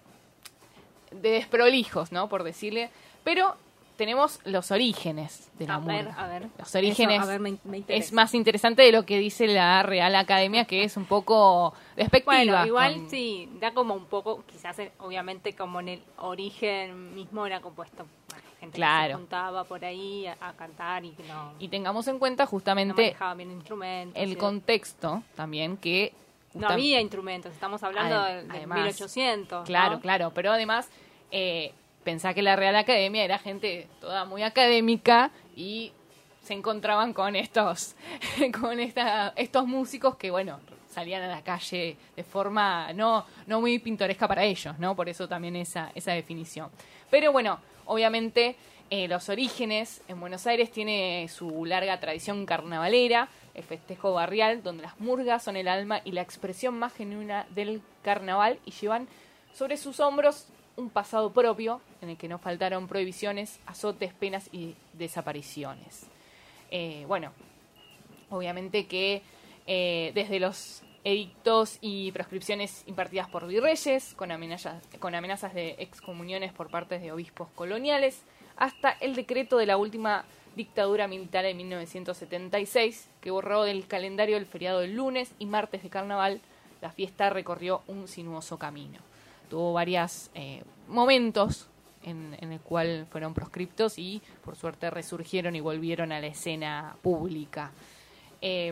de desprolijos, ¿no? Por decirle, pero tenemos los orígenes de la A ver, murga. a ver. Los orígenes Eso, a ver, me- me interesa. es más interesante de lo que dice la Real Academia, que es un poco despectiva. Bueno, igual con- sí, da como un poco, quizás eh, obviamente como en el origen mismo era compuesto, bueno, gente que Claro. se juntaba por ahí a, a cantar y que no, Y tengamos en cuenta no justamente manejaba bien instrumentos. el y- contexto también, que... No justam- había instrumentos, estamos hablando Adem- del del además, mil ochocientos. Claro, ¿no? claro, pero además eh, pensá que la Real Academia era gente toda muy académica y se encontraban con estos con esta, estos músicos que, bueno, salían a la calle de forma no, no muy pintoresca para ellos, ¿no? Por eso también esa, esa definición. Pero bueno, obviamente eh, los orígenes en Buenos Aires tiene su larga tradición carnavalera, el festejo barrial, donde las murgas son el alma y la expresión más genuina del carnaval y llevan sobre sus hombros un pasado propio en el que no faltaron prohibiciones, azotes, penas y desapariciones. Eh, bueno, obviamente que eh, desde los edictos y proscripciones impartidas por virreyes, con amenazas, con amenazas de excomuniones por parte de obispos coloniales, hasta el decreto de la última dictadura militar en mil novecientos setenta y seis, que borró del calendario el feriado del lunes y martes de carnaval. La fiesta recorrió un sinuoso camino. Tuvo varios eh, momentos en, en el cual fueron proscriptos y por suerte resurgieron y volvieron a la escena pública. Eh,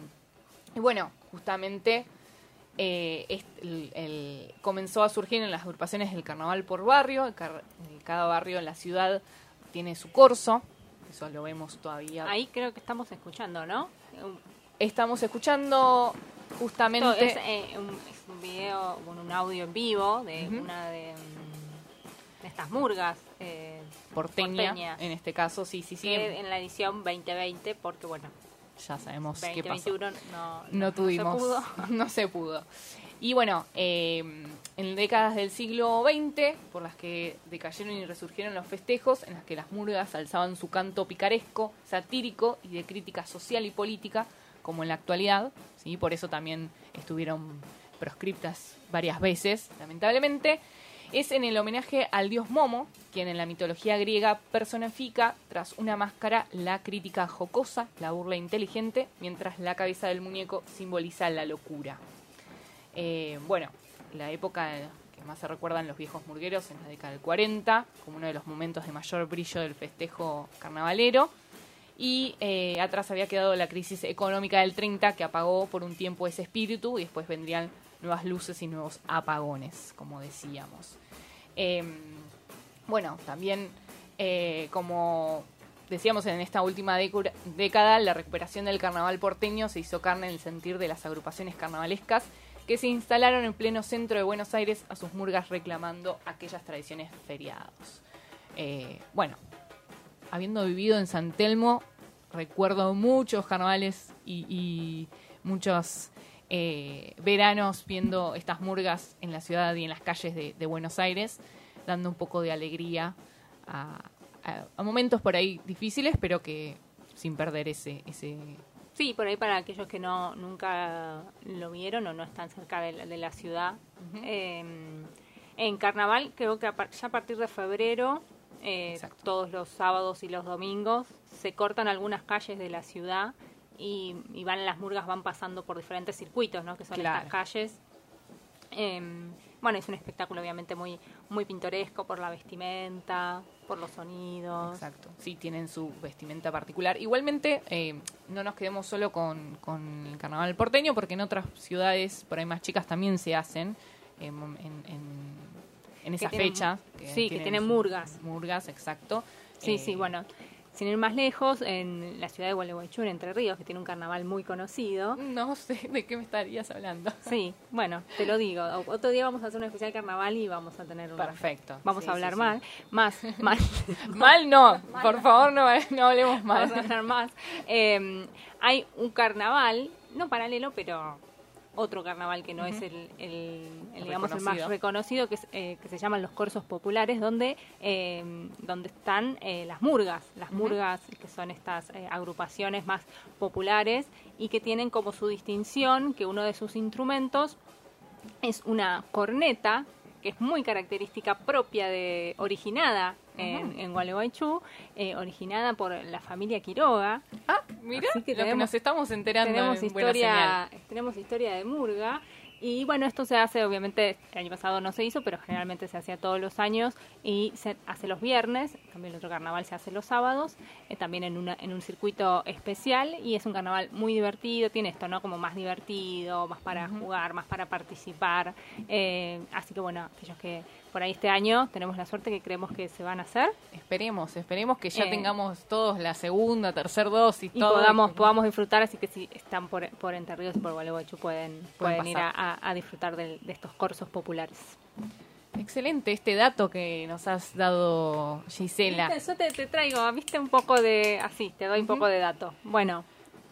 y bueno, justamente eh, est- el, el- comenzó a surgir en las agrupaciones del carnaval por barrio. El car- cada barrio en la ciudad tiene su corso, eso lo vemos todavía. Ahí creo que estamos escuchando, ¿no? Un- Estamos escuchando Esto justamente... es, eh, un, es un video, bueno, un audio en vivo de Ujú. una de, mm, de estas murgas eh, porteña, porteñas, en este caso, sí, sí, sí. que en la edición veinte veinte, porque bueno, Ya sabemos qué veinte pasó. veintiuno no, No tuvimos, se pudo. no se pudo. Y bueno, eh, en décadas del siglo veinte, por las que decayeron y resurgieron los festejos, en las que las murgas alzaban su canto picaresco, satírico y de crítica social y política, como en la actualidad, ¿sí? Por eso también estuvieron proscriptas varias veces, lamentablemente, es en el homenaje al dios Momo, quien en la mitología griega personifica, tras una máscara, la crítica jocosa, la burla inteligente, mientras la cabeza del muñeco simboliza la locura. Eh, bueno, la época que que más se recuerdan los viejos murgueros en la década del cuarenta, como uno de los momentos de mayor brillo del festejo carnavalero. Y eh, atrás había quedado la crisis económica del treinta, que apagó por un tiempo ese espíritu, y después vendrían nuevas luces y nuevos apagones, como decíamos. Eh, bueno, también, eh, como decíamos, en esta última décura, década, la recuperación del carnaval porteño se hizo carne en el sentir de las agrupaciones carnavalescas que se instalaron en pleno centro de Buenos Aires a sus murgas reclamando aquellas tradiciones feriados. Eh, bueno, habiendo vivido en San Telmo, recuerdo muchos carnavales y, y muchos eh, veranos viendo estas murgas en la ciudad y en las calles de, de Buenos Aires, dando un poco de alegría a, a, a momentos por ahí difíciles, pero que sin perder ese... ese Sí, por ahí para aquellos que no nunca lo vieron o no están cerca de la, de la ciudad. Uh-huh. Eh, en carnaval creo que a par, ya a partir de febrero, eh, todos los sábados y los domingos, se cortan algunas calles de la ciudad y, y van las murgas van pasando por diferentes circuitos, ¿no? Que son claro. estas calles. Eh, bueno, es un espectáculo obviamente muy muy pintoresco por la vestimenta, por los sonidos. Exacto, sí, tienen su vestimenta particular. Igualmente, eh, no nos quedemos solo con, con el carnaval porteño, porque en otras ciudades, por ahí más chicas, también se hacen eh, en, en, en esa tienen, fecha. Que sí, que tienen murgas. Murgas, exacto. Sí, eh, sí, bueno. Sin ir más lejos, en la ciudad de Gualeguaychú, en Entre Ríos, que tiene un carnaval muy conocido. No sé de qué me estarías hablando. Sí, bueno, te lo digo. Otro día vamos a hacer un especial carnaval y vamos a tener un... Perfecto. Vamos sí, a hablar sí, mal. Sí. Más, mal. mal no, mal por no. favor no, no hablemos mal. Vamos a hablar más. Eh, hay un carnaval, no paralelo, pero... otro carnaval que no uh-huh. es el, el, el digamos el más reconocido, que es eh, que se llaman los corsos populares, donde eh, donde están eh, las murgas, las uh-huh. murgas que son estas eh, agrupaciones más populares y que tienen como su distinción que uno de sus instrumentos es una corneta, que es muy característica propia de originada en, uh-huh. en Gualeguaychú, eh, originada por la familia Quiroga. Ah, mira, Así que lo tenemos, que nos estamos enterando tenemos en historia, tenemos historia de murga. Y bueno, esto se hace, obviamente, el año pasado no se hizo, pero generalmente se hacía todos los años y se hace los viernes. También el otro carnaval se hace los sábados, eh, también en, una, en un circuito especial. Y es un carnaval muy divertido, tiene esto, ¿no? Como más divertido, más para uh-huh. jugar, más para participar. Eh, así que bueno, aquellos que por ahí este año tenemos la suerte que creemos que se van a hacer. Esperemos, esperemos que ya eh, tengamos todos la segunda, tercera dosis. Y todo podamos, y... podamos disfrutar, así que si están por, por Entre Ríos y por Gualeguaychú pueden, pueden, pueden ir a, a, a disfrutar de, de estos corsos populares. Excelente este dato que nos has dado, Gisela. ¿Viste? Yo te, te traigo, viste, un poco de... Así, te doy un uh-huh. poco de dato. Bueno.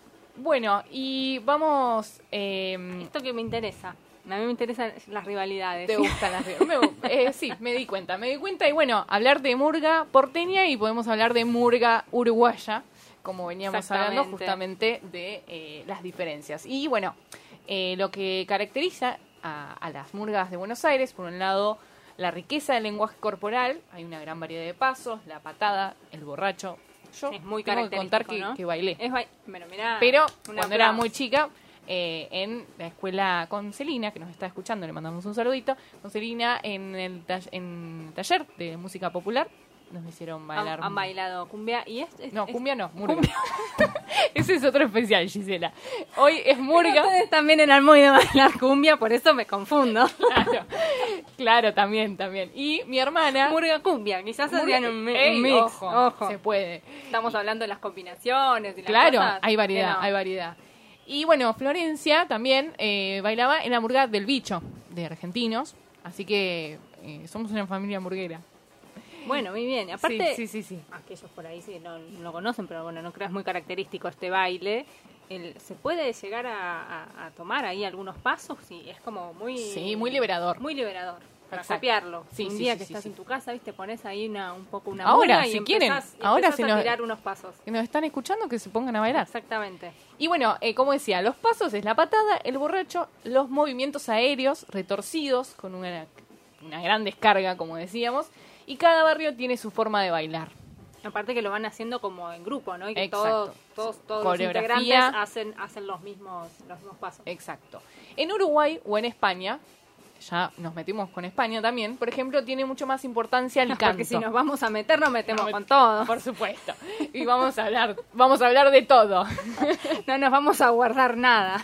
Bueno, y vamos... Eh, Esto que me interesa. A mí me interesan las rivalidades. ¿Te gustan las rivalidades? eh, sí, me di cuenta, me di cuenta. Y bueno, hablar de murga porteña y podemos hablar de murga uruguaya, como veníamos hablando justamente de eh, las diferencias. Y bueno, eh, lo que caracteriza a, a las murgas de Buenos Aires, por un lado, la riqueza del lenguaje corporal. Hay una gran variedad de pasos, la patada, el borracho. Yo es muy tengo que contar que, ¿no? que bailé. Es ba- bueno, mirá, Pero cuando era muy chica... Eh, en la escuela con Celina, que nos está escuchando, le mandamos un saludito, con Celina en el, ta- en el taller de música popular, nos hicieron bailar. Han, han bailado cumbia y es... es no, es, cumbia no, murga. Cumbia. Ese es otro especial, Gisela. Hoy es murga. Pero ustedes también eran muy de bailar cumbia, por eso me confundo. Claro, claro, también, también. Y mi hermana... Murga cumbia, quizás murga, hacían un, ey, un mix. Ojo, ojo, se puede. Estamos hablando de las combinaciones y las claro, cosas. hay variedad, no. hay variedad. Y bueno, Florencia también eh, bailaba en la murga del Bicho, de argentinos. Así que eh, somos una familia murguera. Bueno, muy bien. Aparte, sí, sí, sí, sí. aquellos por ahí sí no, no lo conocen, pero bueno, no creo es muy característico este baile. El, ¿Se puede llegar a, a, a tomar ahí algunos pasos? Sí, es como muy... Sí, muy liberador. Muy liberador. Para Exacto. copiarlo. Sí, un sí, día sí, que sí, estás sí. en tu casa, viste, pones ahí una, un poco una Ahora, murga y si empezás, quieren, y ahora empezás si a nos- tirar unos pasos. Que nos están escuchando, que se pongan a bailar. Exactamente. Y bueno, eh, como decía, los pasos es la patada, el borracho, los movimientos aéreos retorcidos con una, una gran descarga, como decíamos, y cada barrio tiene su forma de bailar. Aparte que lo van haciendo como en grupo, ¿no? Y que Exacto. todos, todos, todos los Coreografía. integrantes hacen, hacen los mismos, los mismos pasos. Exacto. En Uruguay o en España ya nos metimos con España también, por ejemplo, tiene mucho más importancia el canto. Porque si nos vamos a meter, nos metemos no, con todo. Por supuesto. Y vamos a hablar, vamos a hablar de todo. No nos vamos a guardar nada.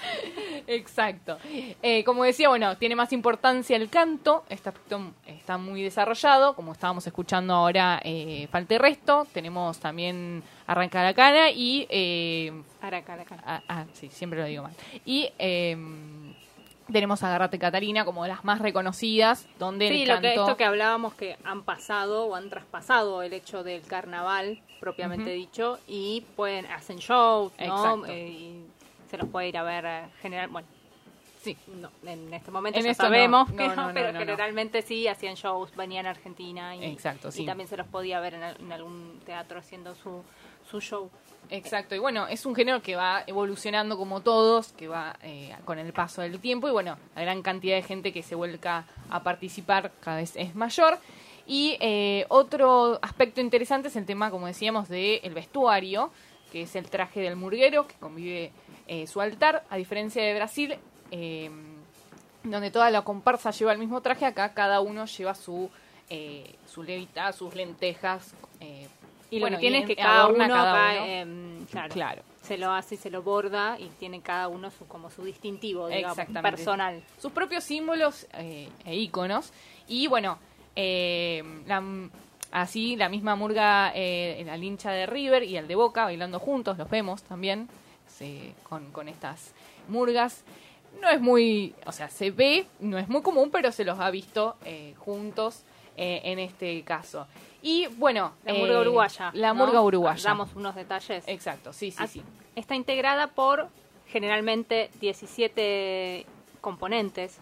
Exacto. Eh, como decía, bueno, tiene más importancia el canto, este aspecto está muy desarrollado, como estábamos escuchando ahora, eh, Falta y Resto, tenemos también Arranca la Cana y... Eh, Arranca la Cana. Ah, ah, sí, siempre lo digo mal. Y... Eh, tenemos Agárrate Catalina como de las más reconocidas, donde sí, el lo canto... que esto que hablábamos que han pasado o han traspasado el hecho del carnaval propiamente uh-huh. dicho y pueden hacen shows, ¿no? Eh, y se los puede ir a ver eh, general, bueno, sí, no, en este momento en ya sabemos no, que no, no, no pero no, generalmente no. Sí hacían shows, venían a Argentina y, Exacto, sí. y también se los podía ver en, en algún teatro haciendo su su show. Exacto, y bueno, es un género que va evolucionando como todos, que va eh, con el paso del tiempo y bueno, la gran cantidad de gente que se vuelca a participar cada vez es mayor. Y eh, otro aspecto interesante es el tema, como decíamos, del vestuario, que es el traje del murguero, que convive eh, su altar, a diferencia de Brasil, eh, donde toda la comparsa lleva el mismo traje, acá cada uno lleva su, eh, su levita, sus lentejas, eh, y bueno, lo que tiene es que cada uno, cada uno. Va, eh, claro, claro, se lo hace y se lo borda y tiene cada uno su como su distintivo, digamos, personal. Sus propios símbolos eh, e íconos. Y bueno, eh, la, así la misma murga, eh, la hincha de River y el de Boca bailando juntos, los vemos también sí, con, con estas murgas. No es muy, o sea, se ve, no es muy común, pero se los ha visto eh, juntos eh, en este caso. Y bueno, la murga eh, uruguaya. La murga ¿no? uruguaya. Damos unos detalles. Exacto, sí, sí, sí. Está integrada por generalmente diecisiete componentes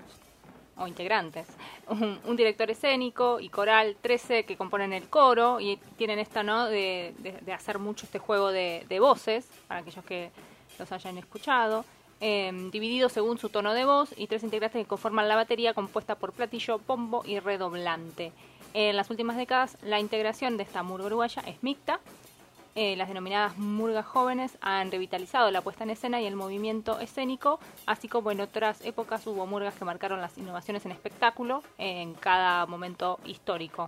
o integrantes. Un, un director escénico y coral, trece que componen el coro y tienen esta, ¿no? De, de, de hacer mucho este juego de, de voces, para aquellos que los hayan escuchado. Eh, dividido según su tono de voz y tres integrantes que conforman la batería compuesta por platillo, bombo y redoblante. En las últimas décadas, la integración de esta murga uruguaya es mixta. Eh, las denominadas murgas jóvenes han revitalizado la puesta en escena y el movimiento escénico, así como en otras épocas hubo murgas que marcaron las innovaciones en espectáculo en cada momento histórico.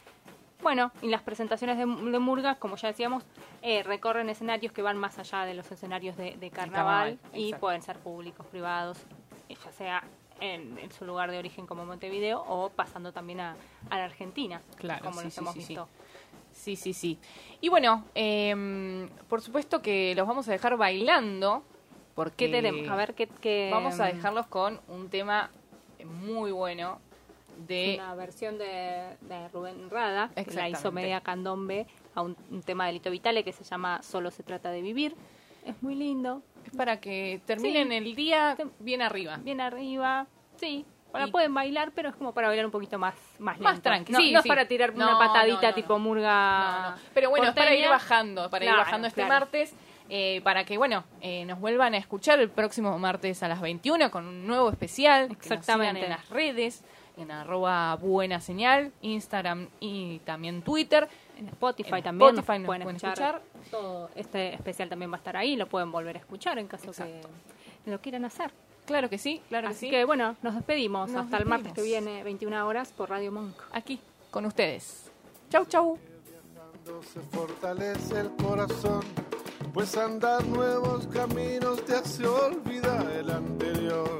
Bueno, y las presentaciones de, de murgas, como ya decíamos, eh, recorren escenarios que van más allá de los escenarios de, de carnaval, carnaval y pueden ser públicos, privados, ya sea en, en su lugar de origen como Montevideo o pasando también a, a la Argentina, claro, como sí, los sí, hemos sí, visto. Sí, sí, sí. Y bueno, eh, por supuesto que los vamos a dejar bailando. Porque ¿Qué tenemos? A ver, ¿qué, qué... Vamos a dejarlos con un tema muy bueno. De... Una versión de, de Rubén Rada, que la hizo Media Candombe a un, un tema de Lito Vitale que se llama Solo se trata de vivir. Es muy lindo. Es para que terminen sí. el día bien arriba. Bien arriba, sí. Ahora y... pueden bailar, pero es como para bailar un poquito más más, más tranquilo. No, sí, no sí. es para tirar no, una patadita no, no, tipo murga. No, no. Pero bueno, porteña. Es para ir bajando, para claro, ir bajando este claro. martes. Eh, para que, bueno, eh, nos vuelvan a escuchar el próximo martes a las veintiuna con un nuevo especial. Exactamente. Que nos sigan en las redes, en arroba buena señal, Instagram y también Twitter. En Spotify en también Spotify nos pueden, pueden escuchar. escuchar. Todo este especial también va a estar ahí, lo pueden volver a escuchar en caso Exacto. que lo quieran hacer. Claro que sí, claro Así que sí. que bueno, nos despedimos nos hasta despedimos. el martes que viene, veintiuna horas, por Radio Monk. Aquí, con ustedes. Chau, chau. Se fortalece el corazón, pues andar nuevos caminos te hace olvidar el anterior.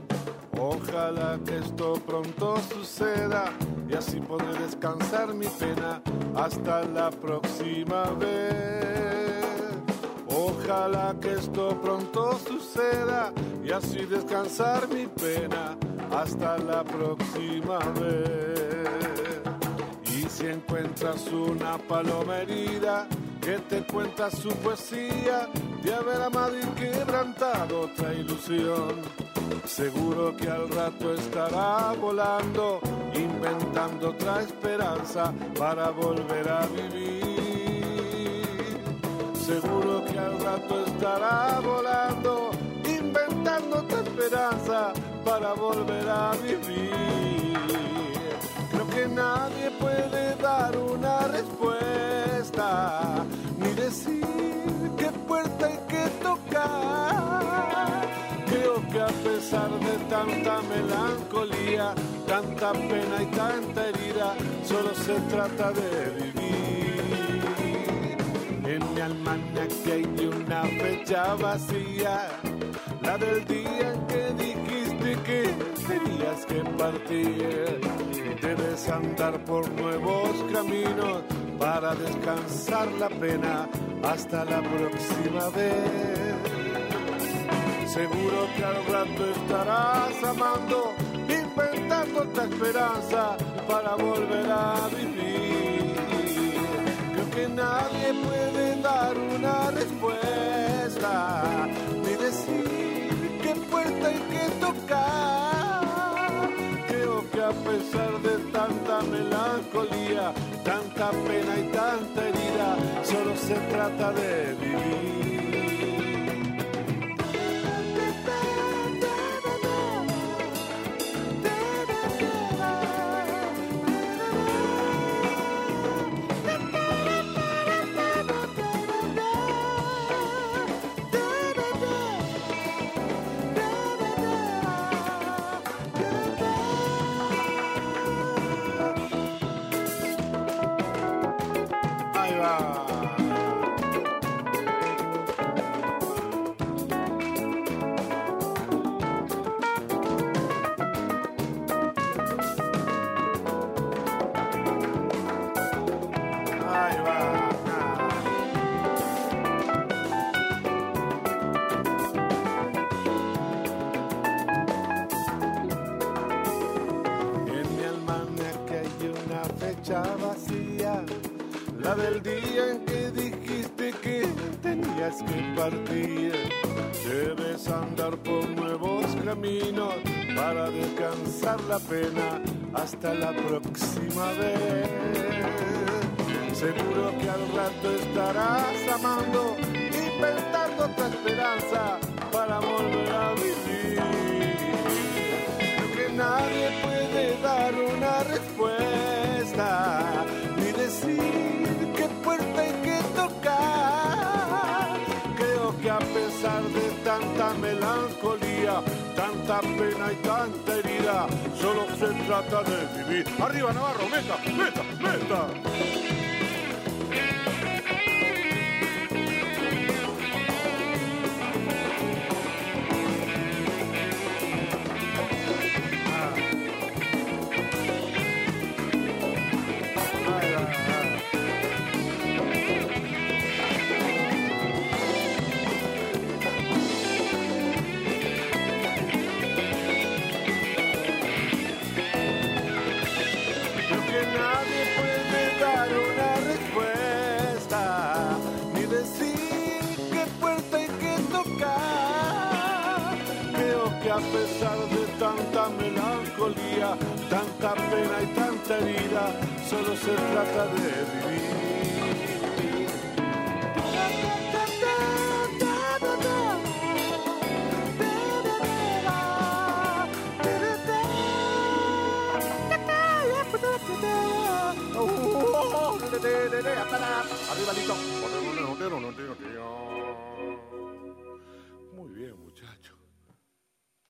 Ojalá que esto pronto suceda y así podré descansar mi pena hasta la próxima vez. Ojalá que esto pronto suceda y así descansar mi pena hasta la próxima vez. Y si encuentras una paloma herida que te cuenta su poesía de haber amado y quebrantado otra ilusión, seguro que al rato estará volando, inventando otra esperanza para volver a vivir. Seguro que al rato estará volando, inventando otra esperanza para volver a vivir. Creo que nadie puede dar una respuesta, ni decir qué puerta hay que tocar. Creo que a pesar pesar de tanta melancolía, tanta pena y tanta herida, solo se trata de vivir. En mi almanaque hay una fecha vacía, la del día en que dijiste que tenías que partir. Debes andar por nuevos caminos para descansar la pena hasta la próxima vez. Seguro que al rato estarás amando, inventando otra esperanza para volver a vivir. Creo que nadie puede dar una respuesta, ni decir qué puerta hay que tocar. Creo que a pesar de tanta melancolía, tanta pena y tanta herida, solo se trata de vivir. La del día en que dijiste que tenías que partir. Debes andar por nuevos caminos para descansar la pena hasta la próxima vez. Seguro que al rato estarás amando, inventando otra esperanza para volver a vivir. Creo que nadie puede dar una respuesta, ni decir qué puerta hay que tocar. Creo que a pesar de tanta melancolía, tanta pena y tanta herida, solo se trata de vivir. Arriba Navarro, meta, meta, meta. A pesar de tanta melancolía, tanta pena y tanta herida, solo se trata de vivir. Arriba, listo.